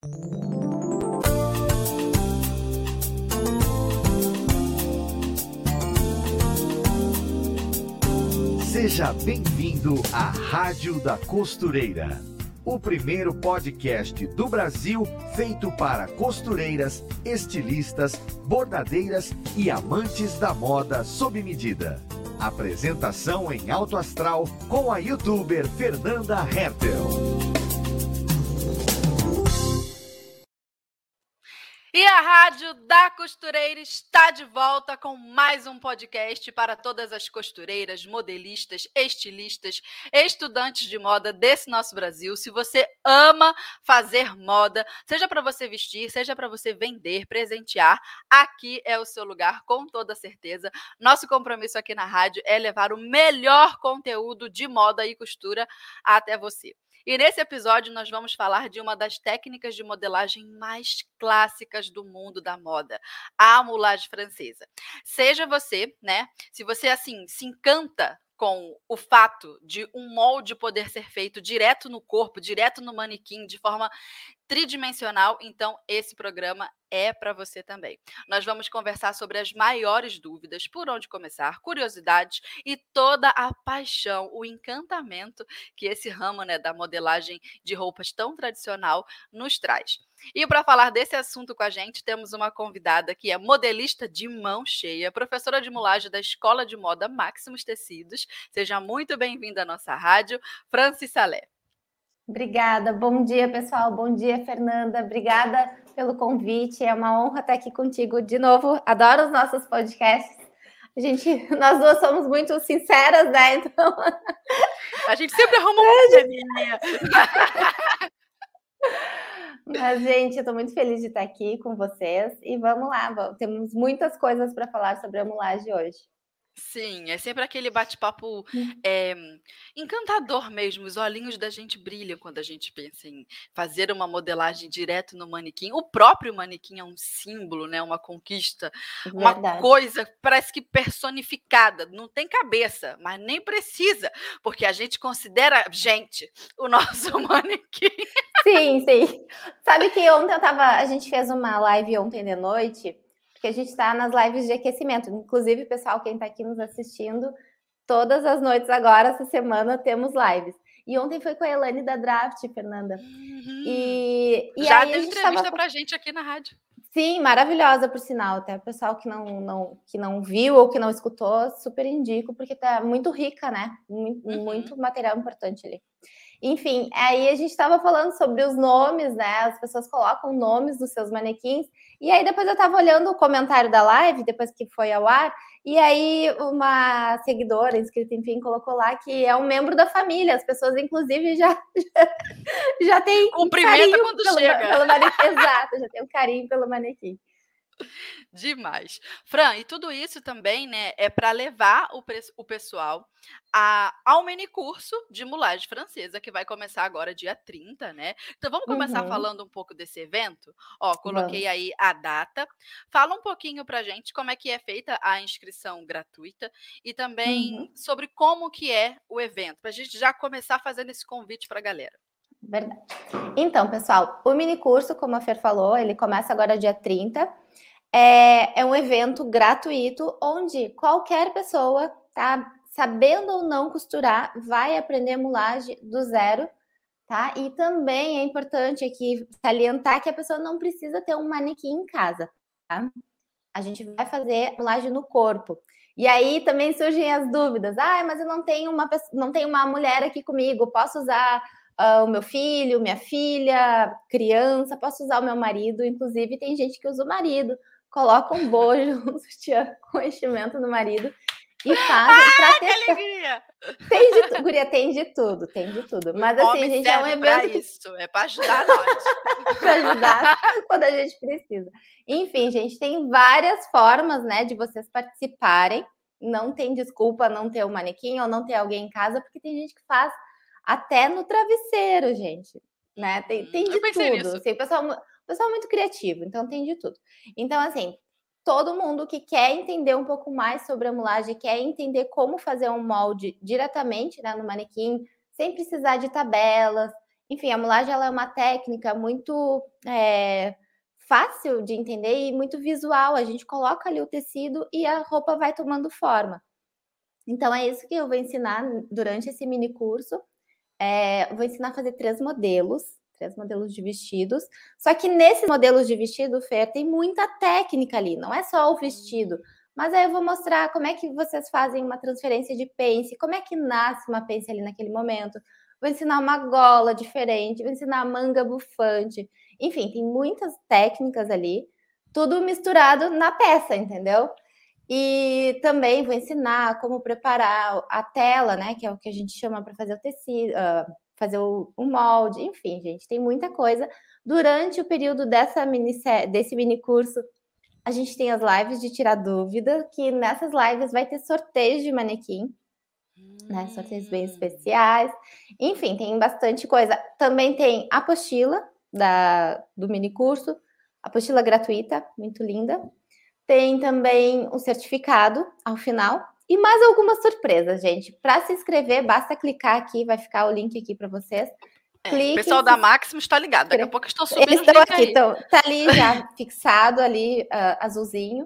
Seja bem-vindo à Rádio da Costureira, o primeiro podcast do Brasil feito para costureiras, estilistas, bordadeiras e amantes da moda sob medida. Apresentação em alto astral com a youtuber Fernanda Hertel. E a Rádio da Costureira está de volta com mais um podcast para todas as costureiras, modelistas, estilistas, estudantes de moda desse nosso Brasil. Se você ama fazer moda, seja para você vestir, seja para você vender, presentear, aqui é o seu lugar, com toda certeza. Nosso compromisso aqui na rádio é levar o melhor conteúdo de moda e costura até você. E nesse episódio nós vamos falar de uma das técnicas de modelagem mais clássicas do mundo da moda, a moulage francesa. Seja você, se você assim se encanta com o fato de um molde poder ser feito direto no corpo, direto no manequim, de forma tridimensional, então esse programa é para você também. Nós vamos conversar sobre as maiores dúvidas, por onde começar, curiosidades e toda a paixão, o encantamento que esse ramo da modelagem de roupas tão tradicional nos traz. E para falar desse assunto com a gente, temos uma convidada que é modelista de mão cheia, professora de mulagem da Escola de Moda Máximos Tecidos. Seja muito bem-vinda à nossa rádio, Franci Salé. Obrigada, bom dia pessoal, bom dia Fernanda, obrigada pelo convite, é uma honra estar aqui contigo de novo, adoro os nossos podcasts, nós duas somos muito sinceras, então... A gente sempre arruma uma pandemia. Mas, gente, eu estou muito feliz de estar aqui com vocês e vamos lá, temos muitas coisas para falar sobre a mulagem hoje. Sim, é sempre aquele bate-papo encantador mesmo. Os olhinhos da gente brilham quando a gente pensa em fazer uma modelagem direto no manequim. O próprio manequim é um símbolo, uma conquista, Verdade. Uma coisa parece que personificada. Não tem cabeça, mas nem precisa, porque a gente considera o nosso manequim. Sim. Sabe que ontem a gente fez uma live ontem de noite, que a gente está nas lives de aquecimento. Inclusive, pessoal, quem está aqui nos assistindo, todas as noites agora, essa semana, temos lives. E ontem foi com a Elane da Draft, Fernanda. E já aí deu entrevista pra gente aqui na rádio. Sim, maravilhosa, por sinal. Até o pessoal que não viu ou que não escutou, super indico, porque tá muito rica, muito material importante ali. Enfim, aí a gente estava falando sobre os nomes, As pessoas colocam nomes dos seus manequins. E aí depois eu estava olhando o comentário da live, depois que foi ao ar, e aí uma seguidora, inscrita, enfim, colocou lá que é um membro da família. As pessoas, inclusive, já têm cumprimenta quando chega. Pelo manequim, exato, já tem um carinho pelo manequim. Demais. Fran, e tudo isso também, é para levar o pessoal ao mini curso de mulagem francesa, que vai começar agora dia 30, Então vamos começar falando um pouco desse evento? Coloquei aí a data. Fala um pouquinho pra gente como é que é feita a inscrição gratuita e também sobre como que é o evento, pra gente já começar fazendo esse convite pra galera. Verdade. Então, pessoal, o mini curso, como a Fer falou, ele começa agora dia 30. É um evento gratuito onde qualquer pessoa, sabendo ou não costurar, vai aprender mulagem do zero, tá? E também é importante aqui salientar que a pessoa não precisa ter um manequim em casa, tá? A gente vai fazer mulagem no corpo. E aí também surgem as dúvidas. Mas eu não tenho uma mulher aqui comigo, posso usar o meu filho, minha filha, criança, posso usar o meu marido, inclusive tem gente que usa o marido, coloca um bojo, um sutiã com enchimento no marido e faz pra que alegria! Guria, tem de tudo. Mas o assim, gente, é um evento isso, é para ajudar nós. para ajudar quando a gente precisa. Enfim, gente, tem várias formas, de vocês participarem. Não tem desculpa não ter um manequim ou não ter alguém em casa, porque tem gente que faz até no travesseiro, gente, Tem de tudo. Assim, o pessoal é muito criativo, então tem de tudo. Então, assim, todo mundo que quer entender um pouco mais sobre a mulagem, quer entender como fazer um molde diretamente no manequim, sem precisar de tabelas, Enfim, a mulagem ela é uma técnica muito fácil de entender e muito visual. A gente coloca ali o tecido e a roupa vai tomando forma. Então, é isso que eu vou ensinar durante esse mini curso. Vou ensinar a fazer 3 modelos de vestidos. Só que nesses modelos de vestido, Fer, tem muita técnica ali, não é só o vestido. Mas aí eu vou mostrar como é que vocês fazem uma transferência de pence, como é que nasce uma pence ali naquele momento. Vou ensinar uma gola diferente, vou ensinar a manga bufante. Enfim, tem muitas técnicas ali, tudo misturado na peça, entendeu? E também vou ensinar como preparar a tela, né? Que é o que a gente chama para fazer o tecido, fazer o molde, enfim, gente, tem muita coisa. Durante o período desse mini curso, a gente tem as lives de tirar dúvida, que nessas lives vai ter sorteios de manequim, né? Sorteios bem especiais. Enfim, tem bastante coisa. Também tem a apostila do mini curso, apostila gratuita, muito linda. Tem também um certificado ao final e mais algumas surpresas, gente. Para se inscrever, basta clicar aqui, vai ficar o link aqui para vocês. O pessoal da Máximo está ligado, daqui a pouco estão subindo. Eles estão aqui, tá ali já fixado ali, azulzinho.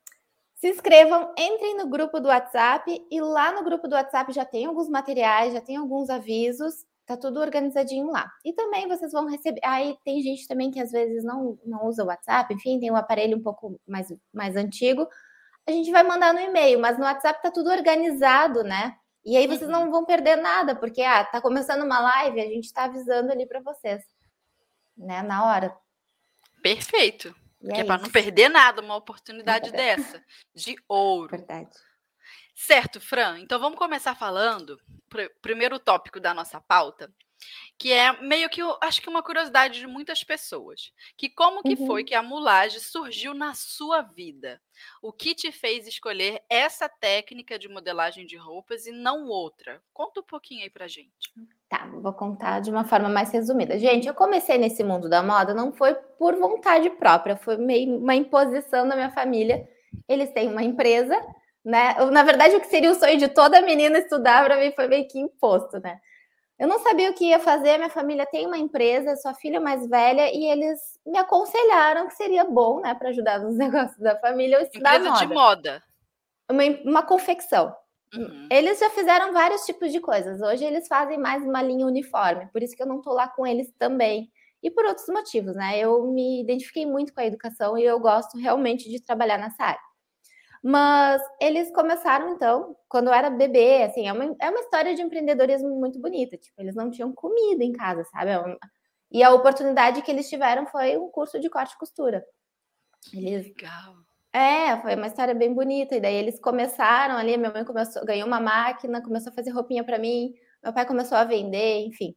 Se inscrevam, entrem no grupo do WhatsApp e lá no grupo do WhatsApp já tem alguns materiais, já tem alguns avisos. Tá tudo organizadinho lá. E também vocês vão receber... Aí tem gente também que às vezes não usa o WhatsApp, enfim, tem um aparelho um pouco mais antigo. A gente vai mandar no e-mail, mas no WhatsApp tá tudo organizado, né? E aí vocês não vão perder nada, porque tá começando uma live, a gente tá avisando ali para vocês, né? Na hora. Perfeito. Porque é para não perder nada, uma oportunidade dessa, de ouro. Verdade. Certo, Fran. Então vamos começar falando, primeiro tópico da nossa pauta, que é meio que, acho que uma curiosidade de muitas pessoas. Que como que foi que a mulagem surgiu na sua vida? O que te fez escolher essa técnica de modelagem de roupas e não outra? Conta um pouquinho aí pra gente. Tá, vou contar de uma forma mais resumida. Gente, eu comecei nesse mundo da moda, não foi por vontade própria, foi meio uma imposição da minha família. Eles têm uma empresa, né? Na verdade, o que seria o sonho de toda menina estudar, para mim foi meio que imposto, né? Eu não sabia o que ia fazer, minha família tem uma empresa, sou a filha mais velha, e eles me aconselharam que seria bom, né, para ajudar nos negócios da família, eu estudar empresa moda. De moda. Uma confecção. Eles já fizeram vários tipos de coisas. Hoje eles fazem mais uma linha uniforme, por isso que eu não tô lá com eles também. E por outros motivos, né? Eu me identifiquei muito com a educação e eu gosto realmente de trabalhar nessa área. Mas eles começaram, então, quando eu era bebê, assim, é uma história de empreendedorismo muito bonita. Tipo, eles não tinham comida em casa, sabe? E a oportunidade que eles tiveram foi um curso de corte e costura. Legal. Foi uma história bem bonita. E daí eles começaram ali, minha mãe ganhou uma máquina, começou a fazer roupinha para mim, meu pai começou a vender, enfim.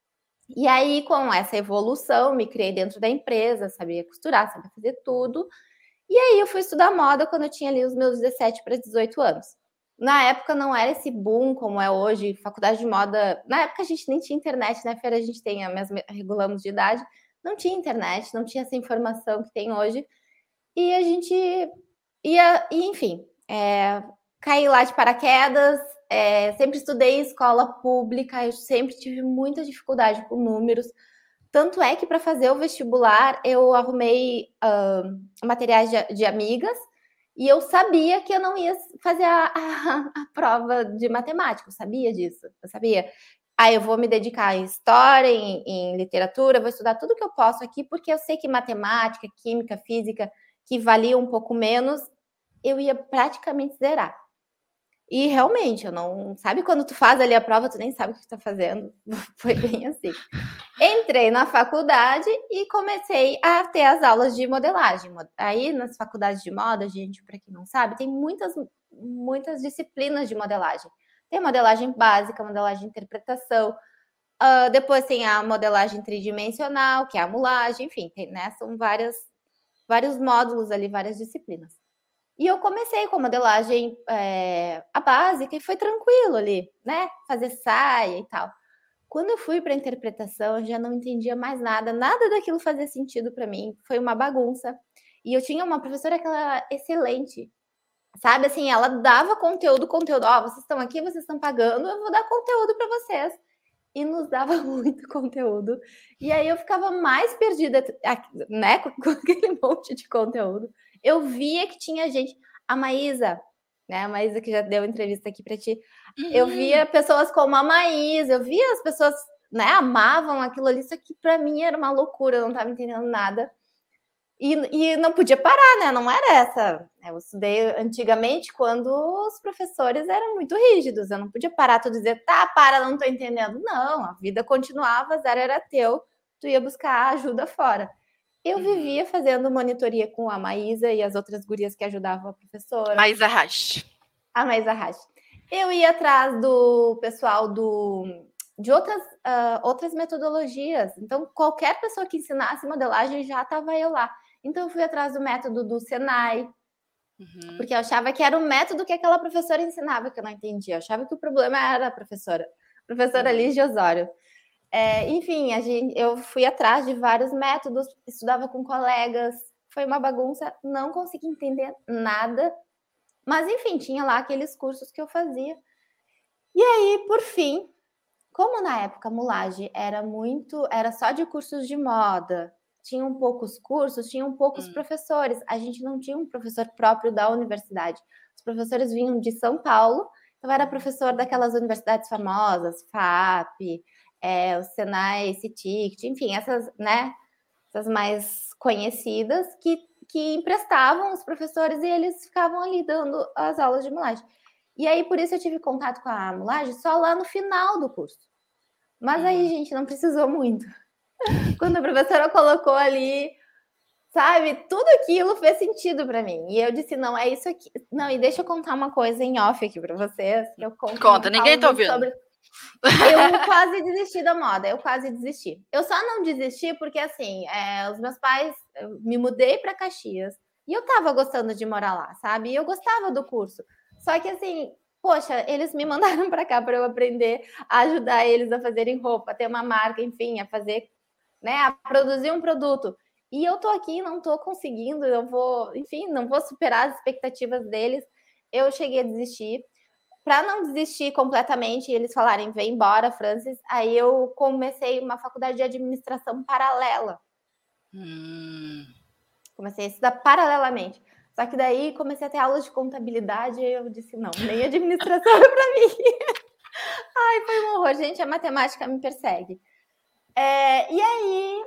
E aí, com essa evolução, me criei dentro da empresa, sabia costurar, sabia fazer tudo. E aí eu fui estudar moda quando eu tinha ali os meus 17 para 18 anos. Na época não era esse boom como é hoje, faculdade de moda. Na época a gente nem tinha internet, né, Fer? A gente tem regulamos de idade. Não tinha internet, não tinha essa informação que tem hoje. E a gente ia, enfim, caí lá de paraquedas, sempre estudei em escola pública, eu sempre tive muita dificuldade com números. Tanto é que para fazer o vestibular eu arrumei materiais de amigas e eu sabia que eu não ia fazer a prova de matemática, eu sabia disso, eu sabia. Aí eu vou me dedicar em história, em literatura, vou estudar tudo que eu posso aqui, porque eu sei que matemática, química, física, que valia um pouco menos, eu ia praticamente zerar. E realmente, eu não... Sabe quando tu faz ali a prova, tu nem sabe o que tu tá fazendo? Foi bem assim. Entrei na faculdade e comecei a ter as aulas de modelagem. Aí, nas faculdades de moda, gente, para quem não sabe, tem muitas disciplinas de modelagem. Tem a modelagem básica, a modelagem de interpretação, depois tem a modelagem tridimensional, que é a mulagem, enfim, são vários módulos ali, várias disciplinas. E eu comecei com a modelagem a básica e foi tranquilo ali, né? Fazer saia e tal. Quando eu fui para a interpretação, eu já não entendia mais nada daquilo fazia sentido para mim, foi uma bagunça. E eu tinha uma professora que ela era excelente, sabe? Assim, ela dava conteúdo, vocês estão aqui, vocês estão pagando, eu vou dar conteúdo para vocês. e nos dava muito conteúdo. E aí eu ficava mais perdida, né, com aquele monte de conteúdo. Eu via que tinha gente, a Maísa, né, a Maísa que já deu entrevista aqui para ti, eu via pessoas como a Maísa, eu via as pessoas, né, amavam aquilo ali, isso aqui para mim era uma loucura, eu não estava entendendo nada. E não podia parar, né? Não era essa. Eu estudei antigamente quando os professores eram muito rígidos. Eu não podia parar tu dizer, tá, para, não tô entendendo. Não, a vida continuava, zero era teu. Tu ia buscar ajuda fora. Eu vivia fazendo monitoria com a Maísa e as outras gurias que ajudavam a professora. Maísa Rasch. A Maísa Rasch. Eu ia atrás do pessoal de outras metodologias. Então, qualquer pessoa que ensinasse modelagem já estava eu lá. Então, eu fui atrás do método do Senai, porque eu achava que era o método que aquela professora ensinava, que eu não entendia. Eu achava que o problema era a professora Lígia Osório. Enfim, eu fui atrás de vários métodos, estudava com colegas, foi uma bagunça, não consegui entender nada. Mas, enfim, tinha lá aqueles cursos que eu fazia. E aí, por fim, como na época a Mulage era só de cursos de moda, tinham poucos cursos, tinham poucos professores. A gente não tinha um professor próprio da universidade. Os professores vinham de São Paulo, então era professor daquelas universidades famosas, FAP, o Senai, CITIC, enfim, essas, né, essas mais conhecidas que emprestavam os professores e eles ficavam ali dando as aulas de mulagem. E aí, por isso eu tive contato com a mulagem só lá no final do curso. Mas aí, gente, não precisou muito. Quando a professora colocou ali, sabe, tudo aquilo fez sentido para mim. E eu disse, não, é isso aqui. Não, e deixa eu contar uma coisa em off aqui para vocês. Que eu Conta, ninguém tá ouvindo. Eu quase desisti da moda, eu quase desisti. Eu só não desisti porque, assim, os meus pais, eu me mudei para Caxias e eu tava gostando de morar lá, sabe? E eu gostava do curso. Só que, assim, poxa, eles me mandaram para cá para eu aprender a ajudar eles a fazerem roupa, a ter uma marca, enfim, a fazer, né, a produzir um produto. E eu tô aqui, não tô conseguindo, eu vou, enfim, não vou superar as expectativas deles. Eu cheguei a desistir. Para não desistir completamente e eles falarem, vem embora, Francis, aí eu comecei uma faculdade de administração paralela. Comecei a estudar paralelamente. Só que daí comecei a ter aulas de contabilidade e eu disse, não, nem administração é para mim. Ai, foi um horror, gente, a matemática me persegue. E aí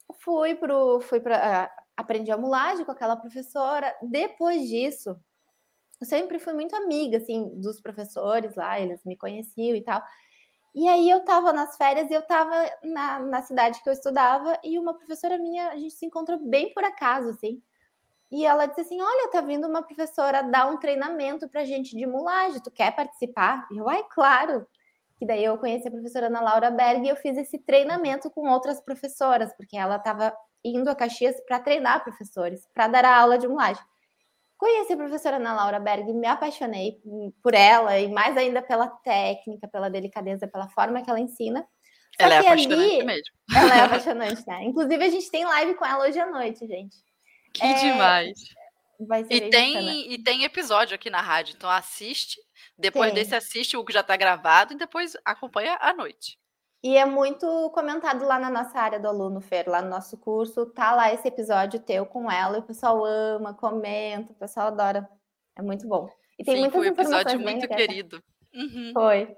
aprendi a mulagem com aquela professora. Depois disso, eu sempre fui muito amiga, assim, dos professores lá, eles me conheciam e tal. E aí eu tava nas férias e eu tava na cidade que eu estudava e uma professora minha, a gente se encontrou bem por acaso, assim. E ela disse assim, olha, tá vindo uma professora dar um treinamento pra gente de mulagem, tu quer participar? E eu, claro! Que daí eu conheci a professora Ana Laura Berg e eu fiz esse treinamento com outras professoras, porque ela tava indo a Caxias para treinar professores, para dar a aula de mulagem. Conheci a professora Ana Laura Berg, me apaixonei por ela e mais ainda pela técnica, pela delicadeza, pela forma que ela ensina. Ela é apaixonante mesmo. Ela é apaixonante, né? Inclusive, a gente tem live com ela hoje à noite, gente. Que demais. Vai ser e tem episódio aqui na rádio, então assiste. Depois desse assiste o que já está gravado e depois acompanha à noite. E é muito comentado lá na nossa área do aluno, Fer, lá no nosso curso, tá lá esse episódio teu com ela, e o pessoal ama, comenta, o pessoal adora. É muito bom. E tem muitas informações. Foi um episódio muito querido. Foi.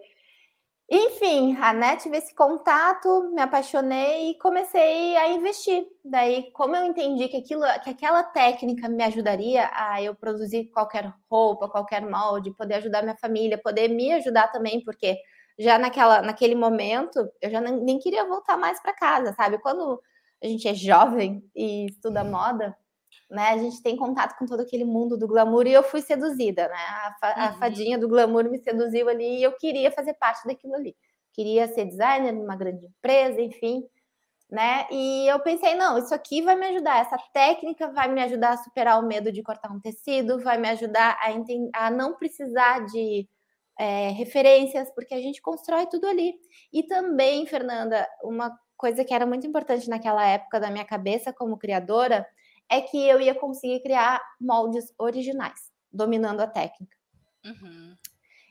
Enfim, tive esse contato, me apaixonei e comecei a investir. Daí, como eu entendi que aquela técnica me ajudaria a eu produzir qualquer roupa, qualquer molde, poder ajudar minha família, poder me ajudar também, porque já naquele momento, eu já nem queria voltar mais para casa, sabe? Quando a gente é jovem e estuda moda, né? A gente tem contato com todo aquele mundo do glamour e eu fui seduzida, né? A fadinha do glamour me seduziu ali e eu queria fazer parte daquilo ali. Queria ser designer numa grande empresa, enfim, né? E eu pensei, não, isso aqui vai me ajudar, essa técnica vai me ajudar a superar o medo de cortar um tecido, vai me ajudar a não precisar de referências, porque a gente constrói tudo ali. E também, Fernanda, uma coisa que era muito importante naquela época da minha cabeça como criadora é que eu ia conseguir criar moldes originais, dominando a técnica.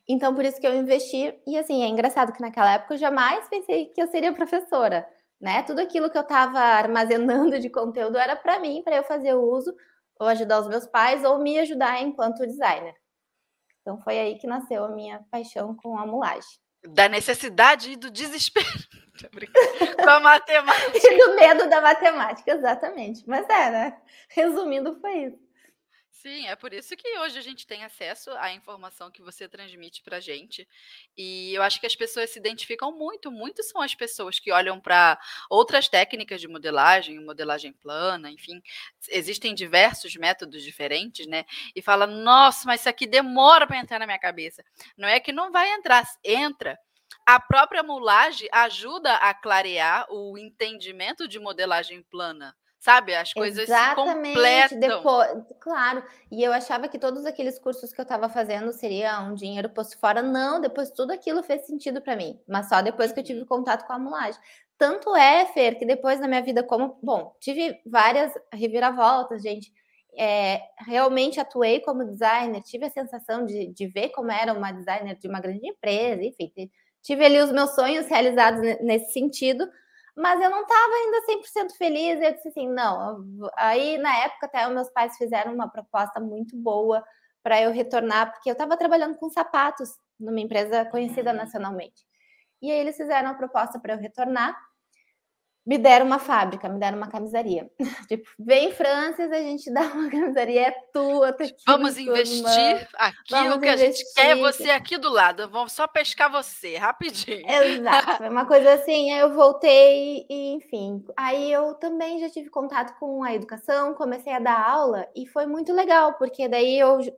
Então, por isso que eu investi. E assim, é engraçado que naquela época eu jamais pensei que eu seria professora, né? Tudo aquilo que eu estava armazenando de conteúdo era para mim, para eu fazer uso, ou ajudar os meus pais, ou me ajudar enquanto designer. Então, foi aí que nasceu a minha paixão com a mulagem. Da necessidade e do desespero. Com a matemática. E do medo da matemática, exatamente. Mas né? Resumindo, foi isso. Sim, é por isso que hoje a gente tem acesso à informação que você transmite para a gente. E eu acho que as pessoas se identificam muito, muito são as pessoas que olham para outras técnicas de modelagem plana, enfim, existem diversos métodos diferentes, né? E fala, nossa, mas isso aqui demora para entrar na minha cabeça. Não é que não vai entrar, entra. A própria mulagem ajuda a clarear o entendimento de modelagem plana. Sabe, as coisas se completam. Depois, claro. E eu achava que todos aqueles cursos que eu estava fazendo seria um dinheiro posto fora. Não, depois tudo aquilo fez sentido para mim. Mas só depois que eu tive contato com a mulagem. Tanto é, Fer, que depois na minha vida tive várias reviravoltas, gente. Realmente atuei como designer, tive a sensação de ver como era uma designer de uma grande empresa, enfim. Tive ali os meus sonhos realizados nesse sentido. Mas eu não estava ainda 100% feliz. Eu disse assim, não. Aí, na época, até os meus pais fizeram uma proposta muito boa para eu retornar, porque eu estava trabalhando com sapatos numa empresa conhecida nacionalmente. E aí eles fizeram a proposta para eu retornar. Me deram uma fábrica, me deram uma camisaria. Tipo, vem, Francis, a gente dá uma camisaria, é tua, tá aqui. Vamos investir aquilo que a gente quer, você aqui do lado. Vamos só pescar você, rapidinho. Exato, foi uma coisa assim, aí eu voltei e, enfim. Aí eu também já tive contato com a educação, comecei a dar aula e foi muito legal, porque daí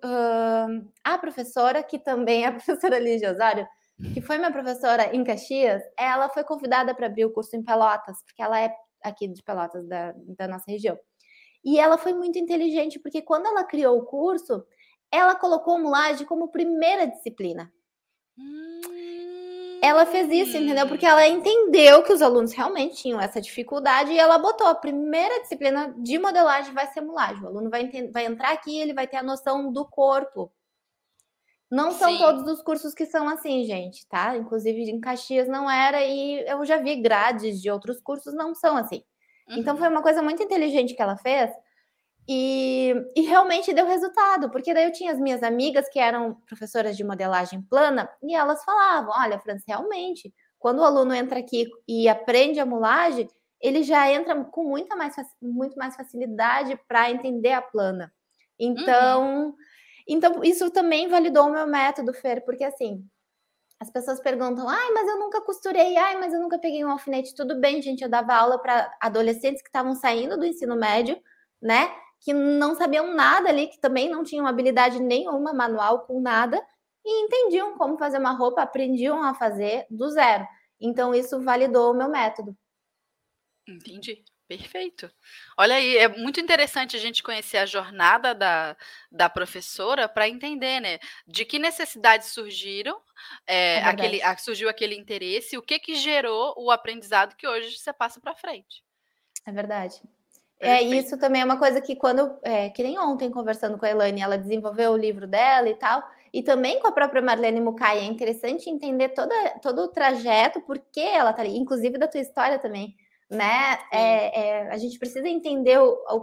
a professora, que também é a professora Lígia Osório, que foi minha professora em Caxias, ela foi convidada para abrir o curso em Pelotas, porque ela é aqui de Pelotas, da nossa região. E ela foi muito inteligente, porque quando ela criou o curso, ela colocou a mulagem como primeira disciplina. Ela fez isso, entendeu? Porque ela entendeu que os alunos realmente tinham essa dificuldade e ela botou a primeira disciplina de modelagem vai ser mulagem. O aluno vai entrar aqui e ele vai ter a noção do corpo. Não são todos os cursos que são assim, gente, tá? Inclusive em Caxias não era, e eu já vi grades de outros cursos, não são assim. Então foi uma coisa muito inteligente que ela fez e realmente deu resultado, porque daí eu tinha as minhas amigas que eram professoras de modelagem plana e elas falavam, olha, Francis, realmente, quando o aluno entra aqui e aprende a mulagem, ele já entra com muito mais facilidade para entender a plana. Então, isso também validou o meu método, Fer, porque assim, as pessoas perguntam, mas eu nunca costurei, mas eu nunca peguei um alfinete. Tudo bem, gente, eu dava aula para adolescentes que estavam saindo do ensino médio, né, que não sabiam nada ali, que também não tinham habilidade nenhuma manual com nada, e entendiam como fazer uma roupa, aprendiam a fazer do zero. Então, isso validou o meu método. Entendi. Perfeito. Olha aí, é muito interessante a gente conhecer a jornada da professora para entender, né, de que necessidades surgiram, surgiu aquele interesse, o que gerou o aprendizado que hoje você passa para frente. É verdade. Isso também é uma coisa que que nem ontem conversando com a Elaine, ela desenvolveu o livro dela e tal, e também com a própria Marlene Mukai, é interessante entender todo o trajeto, por que ela tá ali, inclusive da tua história também, né? A gente precisa entender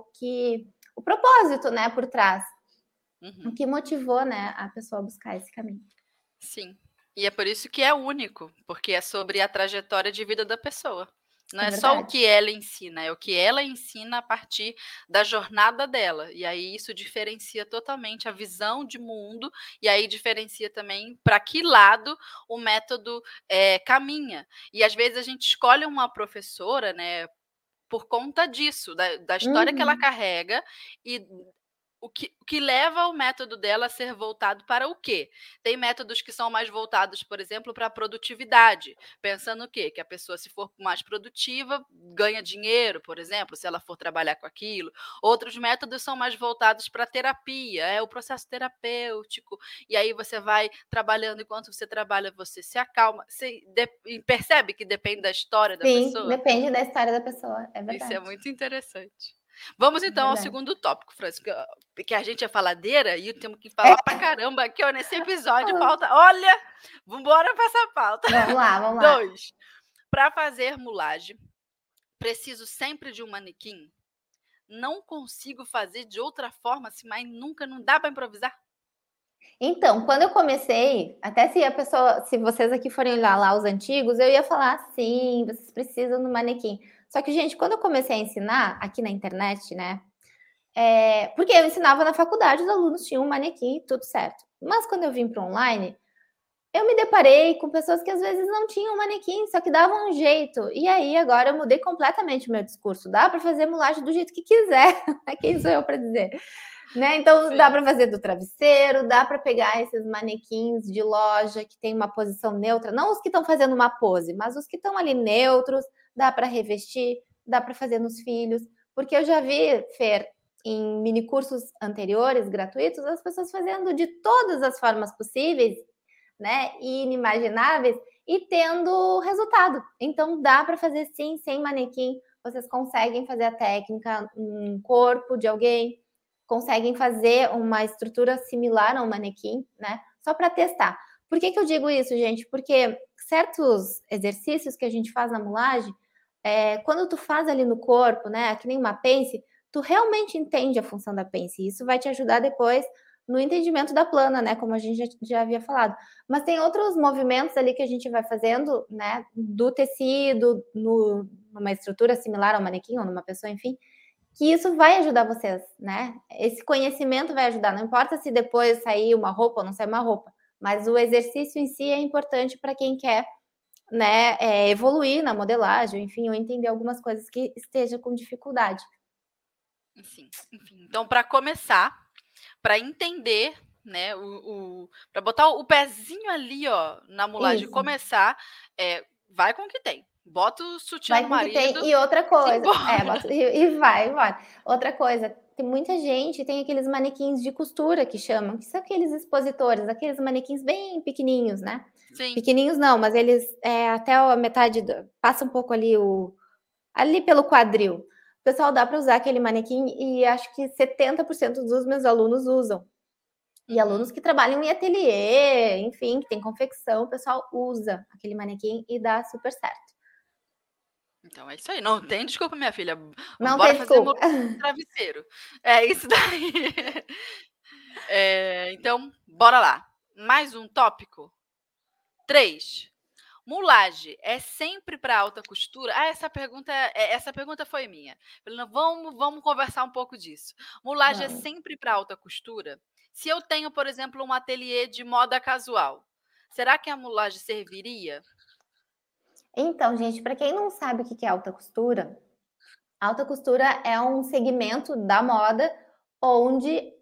o propósito, né, por trás, o que motivou, né, a pessoa a buscar esse caminho. Sim, e é por isso que é único, porque é sobre a trajetória de vida da pessoa. Não é só o que ela ensina, é o que ela ensina a partir da jornada dela. E aí isso diferencia totalmente a visão de mundo, e aí diferencia também para que lado o método caminha. E às vezes a gente escolhe uma professora, né, por conta disso, da história que ela carrega e o que leva o método dela a ser voltado para o quê? Tem métodos que são mais voltados, por exemplo, para a produtividade, pensando o quê? Que a pessoa, se for mais produtiva, ganha dinheiro, por exemplo, se ela for trabalhar com aquilo. Outros métodos são mais voltados para a terapia, é o processo terapêutico, e aí você vai trabalhando, enquanto você trabalha, você se acalma. Você percebe que depende da história da pessoa? Sim, depende da história da pessoa, é verdade. Isso é muito interessante. Vamos então ao segundo tópico, Francisca. porque a gente é faladeira e temos que falar pra caramba aqui, ó, nesse episódio. Falta, olha, vambora pra essa pauta. Vamos lá. 2. Para fazer mulagem, preciso sempre de um manequim? Não consigo fazer de outra forma, mas nunca, não dá para improvisar? Então, quando eu comecei, até se vocês aqui forem olhar lá os antigos, eu ia falar, sim, vocês precisam do manequim. Só que, gente, quando eu comecei a ensinar aqui na internet, né? Porque eu ensinava na faculdade, os alunos tinham um manequim, tudo certo. Mas quando eu vim para online, eu me deparei com pessoas que às vezes não tinham manequim, só que davam um jeito. E aí, agora eu mudei completamente o meu discurso. Dá para fazer mulagem do jeito que quiser. Quem sou eu para dizer? Né? Então, sim, dá para fazer do travesseiro, dá para pegar esses manequins de loja que tem uma posição neutra, não os que estão fazendo uma pose, mas os que estão ali neutros, dá para revestir, dá para fazer nos filhos. Porque eu já vi, Fer, em minicursos anteriores, gratuitos, as pessoas fazendo de todas as formas possíveis, né, e inimagináveis, e tendo resultado. Então, dá para fazer sim, sem manequim. Vocês conseguem fazer a técnica, um corpo de alguém, conseguem fazer uma estrutura similar a um manequim, né, só para testar. Por que eu digo isso, gente? Porque certos exercícios que a gente faz na mulagem, quando tu faz ali no corpo, né, que nem uma pence, tu realmente entende a função da pence. Isso vai te ajudar depois no entendimento da plana, né? Como a gente já havia falado. Mas tem outros movimentos ali que a gente vai fazendo, né? Do tecido, numa estrutura similar ao manequim ou numa pessoa, enfim, que isso vai ajudar vocês, né? Esse conhecimento vai ajudar. Não importa se depois sair uma roupa ou não sair uma roupa, mas o exercício em si é importante para quem quer, né? Evoluir na modelagem, enfim, ou entender algumas coisas que esteja com dificuldade. Enfim. Então, para começar, para entender, né, para botar o pezinho ali, ó, na mulagem, começar, vai com o que tem. Bota o sutiã do marido. Vai com o que tem. E outra coisa, vai. Outra coisa, tem muita gente, tem aqueles manequins de costura que chamam, que são aqueles expositores, aqueles manequins bem pequenininhos, né? Sim. Pequenininhos não, mas eles até a metade, passa um pouco ali ali pelo quadril. O pessoal dá para usar aquele manequim e acho que 70% dos meus alunos usam. E alunos que trabalham em ateliê, enfim, que tem confecção, o pessoal usa aquele manequim e dá super certo. Então é isso aí, não tem desculpa, minha filha. Não Bora tem desculpa. fazer travesseiro. É isso daí. Então, bora lá. Mais um tópico. 3. Mulagem é sempre para alta costura? Essa pergunta foi minha. Vamos conversar um pouco disso. Mulagem é sempre para alta costura? Se eu tenho, por exemplo, um ateliê de moda casual, será que a mulagem serviria? Então, gente, para quem não sabe o que é alta costura é um segmento da moda onde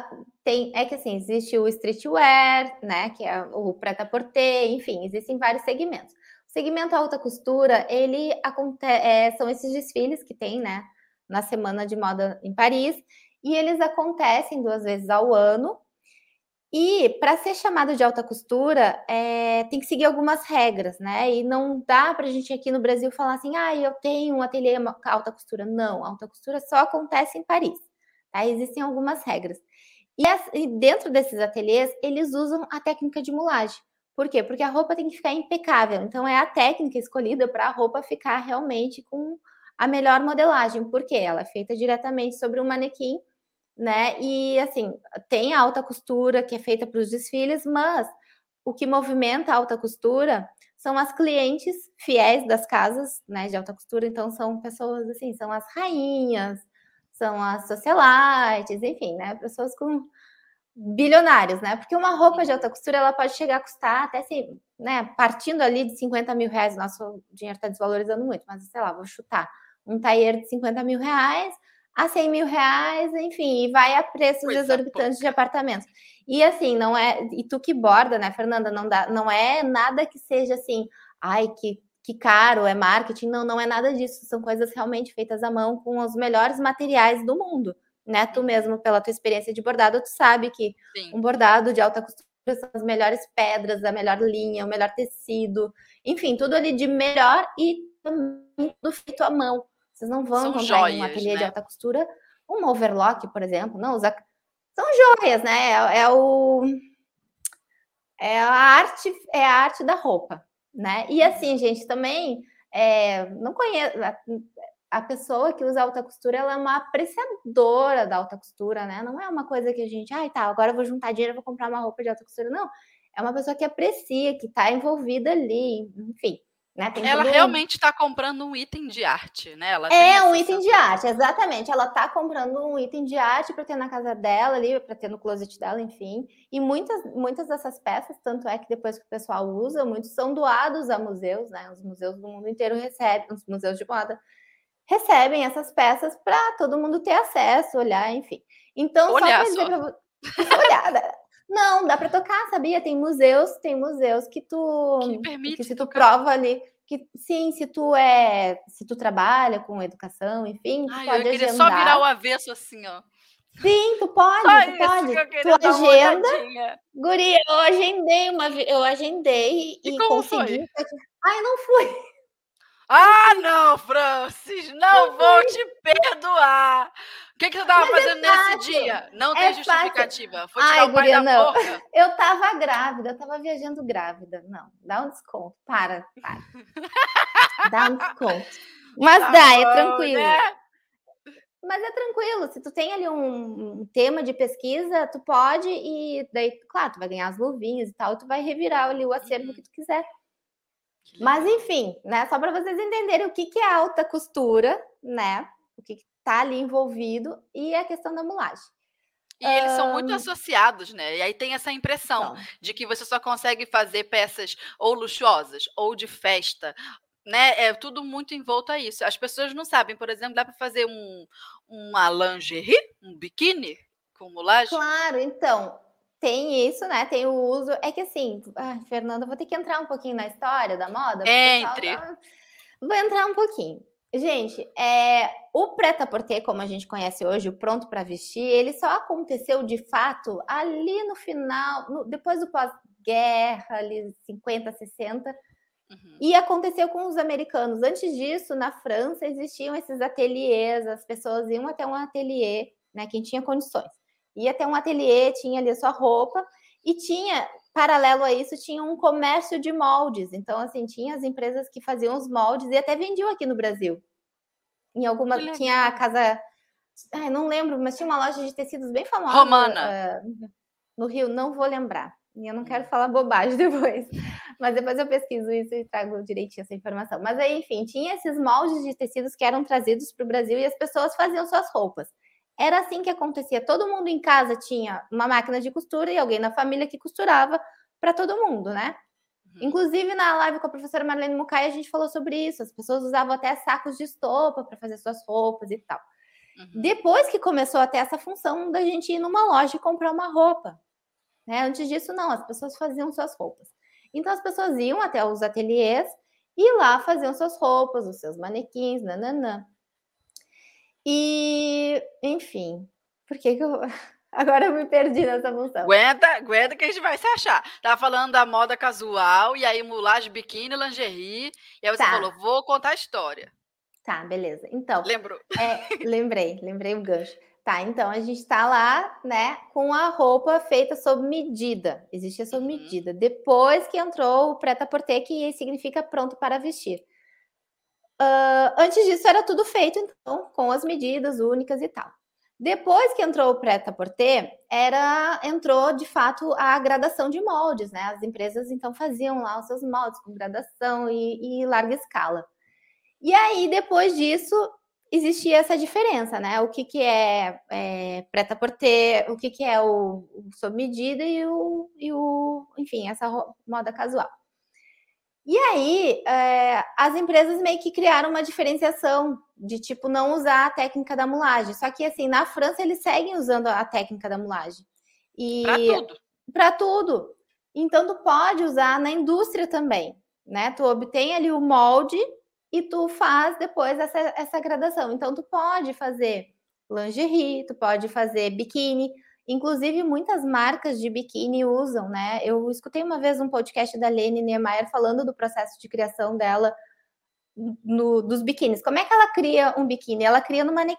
existe o streetwear, né, que é o prêt-à-porter, enfim, existem vários segmentos. O segmento alta costura, ele são esses desfiles que tem, né, na Semana de Moda em Paris, e eles acontecem 2 vezes ao ano. E para ser chamado de alta costura, tem que seguir algumas regras, né? E não dá para a gente aqui no Brasil falar assim, eu tenho um ateliê alta costura. Não, alta costura só acontece em Paris. Tá? Existem algumas regras. E dentro desses ateliês, eles usam a técnica de mulagem. Por quê? Porque a roupa tem que ficar impecável. Então, é a técnica escolhida para a roupa ficar realmente com a melhor modelagem. Porque ela é feita diretamente sobre um manequim, né? E assim, tem a alta costura que é feita para os desfiles, mas o que movimenta a alta costura são as clientes fiéis das casas, né, de alta costura. Então são pessoas assim, são as rainhas, são as socialites, enfim, né, pessoas com bilionários, né? Porque uma roupa de alta costura ela pode chegar a custar até assim, né, partindo ali de 50 mil reais. Nosso dinheiro está desvalorizando muito, mas sei lá, vou chutar um tailleur de 50 mil reais a 100 mil reais, enfim, e vai a preços exorbitantes de apartamentos. E assim, não é. E tu que borda, né, Fernanda? Não é nada que seja assim, ai, que caro, é marketing. Não é nada disso. São coisas realmente feitas à mão com os melhores materiais do mundo, né? Tu mesmo, pela tua experiência de bordado, tu sabe que um bordado de alta costura são as melhores pedras, a melhor linha, o melhor tecido, enfim, tudo ali de melhor e também tudo feito à mão. Vocês não vão encontrar em um ateliê, né, de alta costura um overlock, por exemplo. Não, São joias, né? É a arte da roupa, né? E assim, gente, também não conheço a pessoa que usa alta costura, ela é uma apreciadora da alta costura, né? Não é uma coisa que a gente, tá, agora eu vou juntar dinheiro, vou comprar uma roupa de alta costura. Não, é uma pessoa que aprecia, que está envolvida ali, enfim. Né? Ela realmente está comprando um item de arte, né? Ela um item de arte, exatamente. Ela está comprando um item de arte para ter na casa dela ali, para ter no closet dela, enfim. E muitas dessas peças, tanto é que depois que o pessoal usa, muitos são doados a museus, né? Os museus do mundo inteiro recebem, os museus de moda recebem essas peças para todo mundo ter acesso, olhar, enfim. Então, só para dizer para você, olhar, não, dá para tocar, sabia? Tem museus que permite que se tu tocar. prova ali, que sim, se tu trabalha com educação, enfim, tu pode agendar. Eu queria só virar o avesso assim, ó. Sim, tu pode, só tu pode. Que eu queria tu agenda. Guria, eu agendei e consegui. Foi? Ai, não fui. Não, Francis, não vou te perdoar. O que você estava fazendo nesse dia? Não tem justificativa. Foi tirar o pai da porca? Eu estava grávida, eu estava viajando grávida. Não, dá um desconto. Para. Dá um desconto. Mas é tranquilo. Né? Mas é tranquilo, se tu tem ali um tema de pesquisa, tu pode e daí, claro, tu vai ganhar as luvinhas e tal, e tu vai revirar ali o acervo que tu quiser. Mas enfim, né, só para vocês entenderem o que é alta costura, né, o que tá ali envolvido e a questão da mulagem. E eles são muito associados, né? E aí tem essa impressão de que você só consegue fazer peças ou luxuosas ou de festa, né? É tudo muito envolto a isso. As pessoas não sabem, por exemplo, dá para fazer uma lingerie, um biquíni com mulagem? Claro, então, tem isso, né? Tem o uso. É que assim, Fernanda, eu vou ter que entrar um pouquinho na história da moda. Vou entrar um pouquinho. Gente, o prêt-à-porter, como a gente conhece hoje, o pronto para vestir, ele só aconteceu de fato ali no final, depois do pós-guerra, ali 50, 60. E aconteceu com os americanos. Antes disso, na França, existiam esses ateliês, as pessoas iam até um ateliê, né? Quem tinha condições. Ia até um ateliê, tinha ali a sua roupa, e tinha, paralelo a isso, tinha um comércio de moldes. Então, assim, tinha as empresas que faziam os moldes e até vendiam aqui no Brasil. Em alguma. Tinha a casa. Não lembro, mas tinha uma loja de tecidos bem famosa. Romana. No Rio, não vou lembrar. E eu não quero falar bobagem depois. Mas depois eu pesquiso isso e trago direitinho essa informação. Mas aí, enfim, tinha esses moldes de tecidos que eram trazidos para o Brasil e as pessoas faziam suas roupas. Era assim que acontecia. Todo mundo em casa tinha uma máquina de costura e alguém na família que costurava para todo mundo, né? Inclusive, na live com a professora Marlene Mucay, a gente falou sobre isso. As pessoas usavam até sacos de estopa para fazer suas roupas e tal. Depois que começou a ter essa função da gente ir numa loja e comprar uma roupa. Né? Antes disso, não. As pessoas faziam suas roupas. Então, as pessoas iam até os ateliês e lá faziam suas roupas, os seus manequins, nananã. E, enfim, por que eu... Agora eu me perdi nessa função. Aguenta que a gente vai se achar. Tava falando da moda casual, e aí mulagem, biquíni, lingerie, e aí você falou, vou contar a história. Tá, beleza. Então... Lembrou? Lembrei o gancho. Tá, então a gente tá lá, né, com a roupa feita sob medida. Existia sob medida. Depois que entrou o prêt-à-porter, que significa pronto para vestir. Antes disso era tudo feito, então, com as medidas únicas e tal. Depois que entrou o prêt-à-porter, entrou, de fato, a gradação de moldes, né? As empresas, então, faziam lá os seus moldes com gradação e larga escala. E aí, depois disso, existia essa diferença, né? O que é prêt-à-porter, o que é o sob medida enfim, essa moda casual. E aí, as empresas meio que criaram uma diferenciação de, tipo, não usar a técnica da mulagem. Só que, assim, na França, eles seguem usando a técnica da mulagem. Para tudo. Então, tu pode usar na indústria também, né? Tu obtém ali o molde e tu faz depois essa gradação. Então, tu pode fazer lingerie, tu pode fazer biquíni. Inclusive, muitas marcas de biquíni usam, né? Eu escutei uma vez um podcast da Lene Niemeyer falando do processo de criação dela dos biquínis. Como é que ela cria um biquíni? Ela cria no manequim.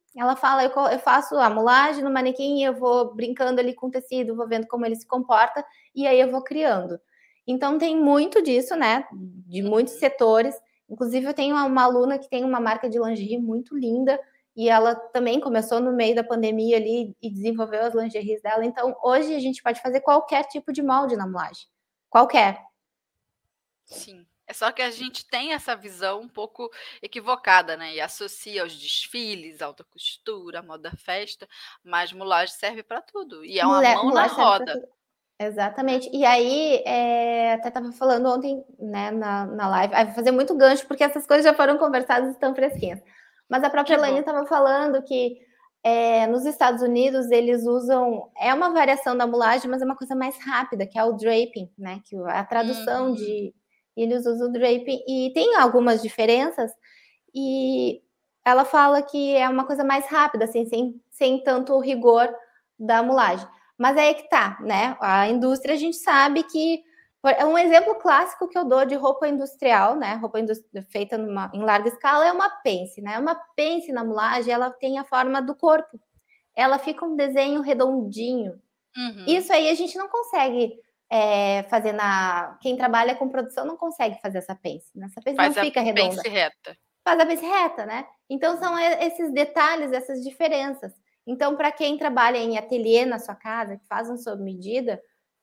Ela fala, eu faço a mulagem no manequim, eu vou brincando ali com o tecido, vou vendo como ele se comporta, e aí eu vou criando. Então tem muito disso, né? De muitos setores. Inclusive, eu tenho uma aluna que tem uma marca de lingerie muito linda, e ela também começou no meio da pandemia ali e desenvolveu as lingeries dela. Então, hoje a gente pode fazer qualquer tipo de molde na mulagem. Qualquer. Sim. É só que a gente tem essa visão um pouco equivocada, né? E associa aos desfiles, alta costura, moda festa, mas mulagem serve para tudo. E é uma mão na Mulagem serve pra roda. tudo. Exatamente. E aí, até estava falando ontem, né, na live, vai fazer muito gancho, porque essas coisas já foram conversadas e estão fresquinhas. Mas a própria Elaine estava falando que nos Estados Unidos eles usam, é uma variação da mulagem, mas é uma coisa mais rápida, que é o draping, né? Que a tradução de eles usam o draping e tem algumas diferenças. E ela fala que é uma coisa mais rápida, assim, sem tanto o rigor da mulagem. Mas aí é que tá, né? A indústria, a gente sabe que é um exemplo clássico que eu dou de roupa industrial, né? Roupa feita em larga escala é uma pence, né? Uma pence na mulagem, ela tem a forma do corpo. Ela fica um desenho redondinho. Isso aí a gente não consegue fazer quem trabalha com produção não consegue fazer essa pence. Né? Essa pence não fica redonda. Faz a pence reta. Faz a pence reta, né? Então são esses detalhes, essas diferenças. Então, para quem trabalha em ateliê na sua casa, que faz um sob medida,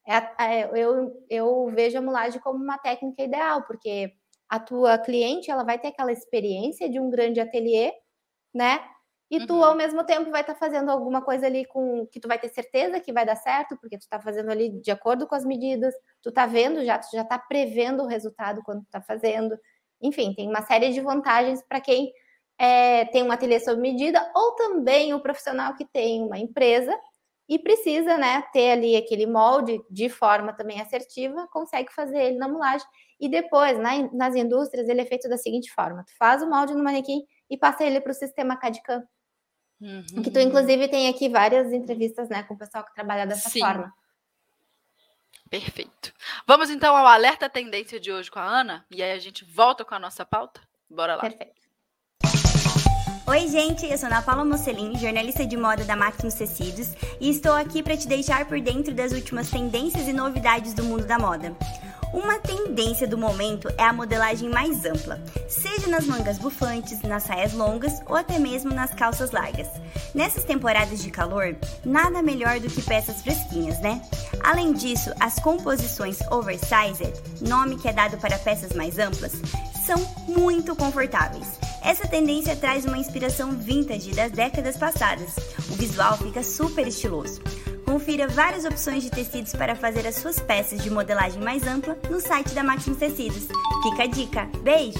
eu vejo a mulagem como uma técnica ideal, porque a tua cliente ela vai ter aquela experiência de um grande ateliê, né? E tu, ao mesmo tempo, vai estar fazendo alguma coisa ali que tu vai ter certeza que vai dar certo, porque tu está fazendo ali de acordo com as medidas, tu tá vendo já, tu já tá prevendo o resultado quando tu tá fazendo. Enfim, tem uma série de vantagens para quem tem um ateliê sob medida, ou também o profissional que tem uma empresa e precisa, né, ter ali aquele molde de forma também assertiva, consegue fazer ele na mulagem. E depois, nas indústrias, ele é feito da seguinte forma: tu faz o molde no manequim e passa ele para o sistema CAD/CAM. Que tu, inclusive, tem aqui várias entrevistas, né, com o pessoal que trabalha dessa forma. Perfeito. Vamos, então, ao Alerta Tendência de hoje com a Ana? E aí a gente volta com a nossa pauta? Bora lá. Perfeito. Oi, gente, eu sou Ana Paula Mocelin, jornalista de moda da Maximus Tecidos, e estou aqui para te deixar por dentro das últimas tendências e novidades do mundo da moda. Uma tendência do momento é a modelagem mais ampla, seja nas mangas bufantes, nas saias longas ou até mesmo nas calças largas. Nessas temporadas de calor, nada melhor do que peças fresquinhas, né? Além disso, as composições oversized, nome que é dado para peças mais amplas, são muito confortáveis. Essa tendência traz uma inspiração vintage das décadas passadas. O visual fica super estiloso. Confira várias opções de tecidos para fazer as suas peças de modelagem mais ampla no site da Maximus Tecidos. Fica a dica. Beijo!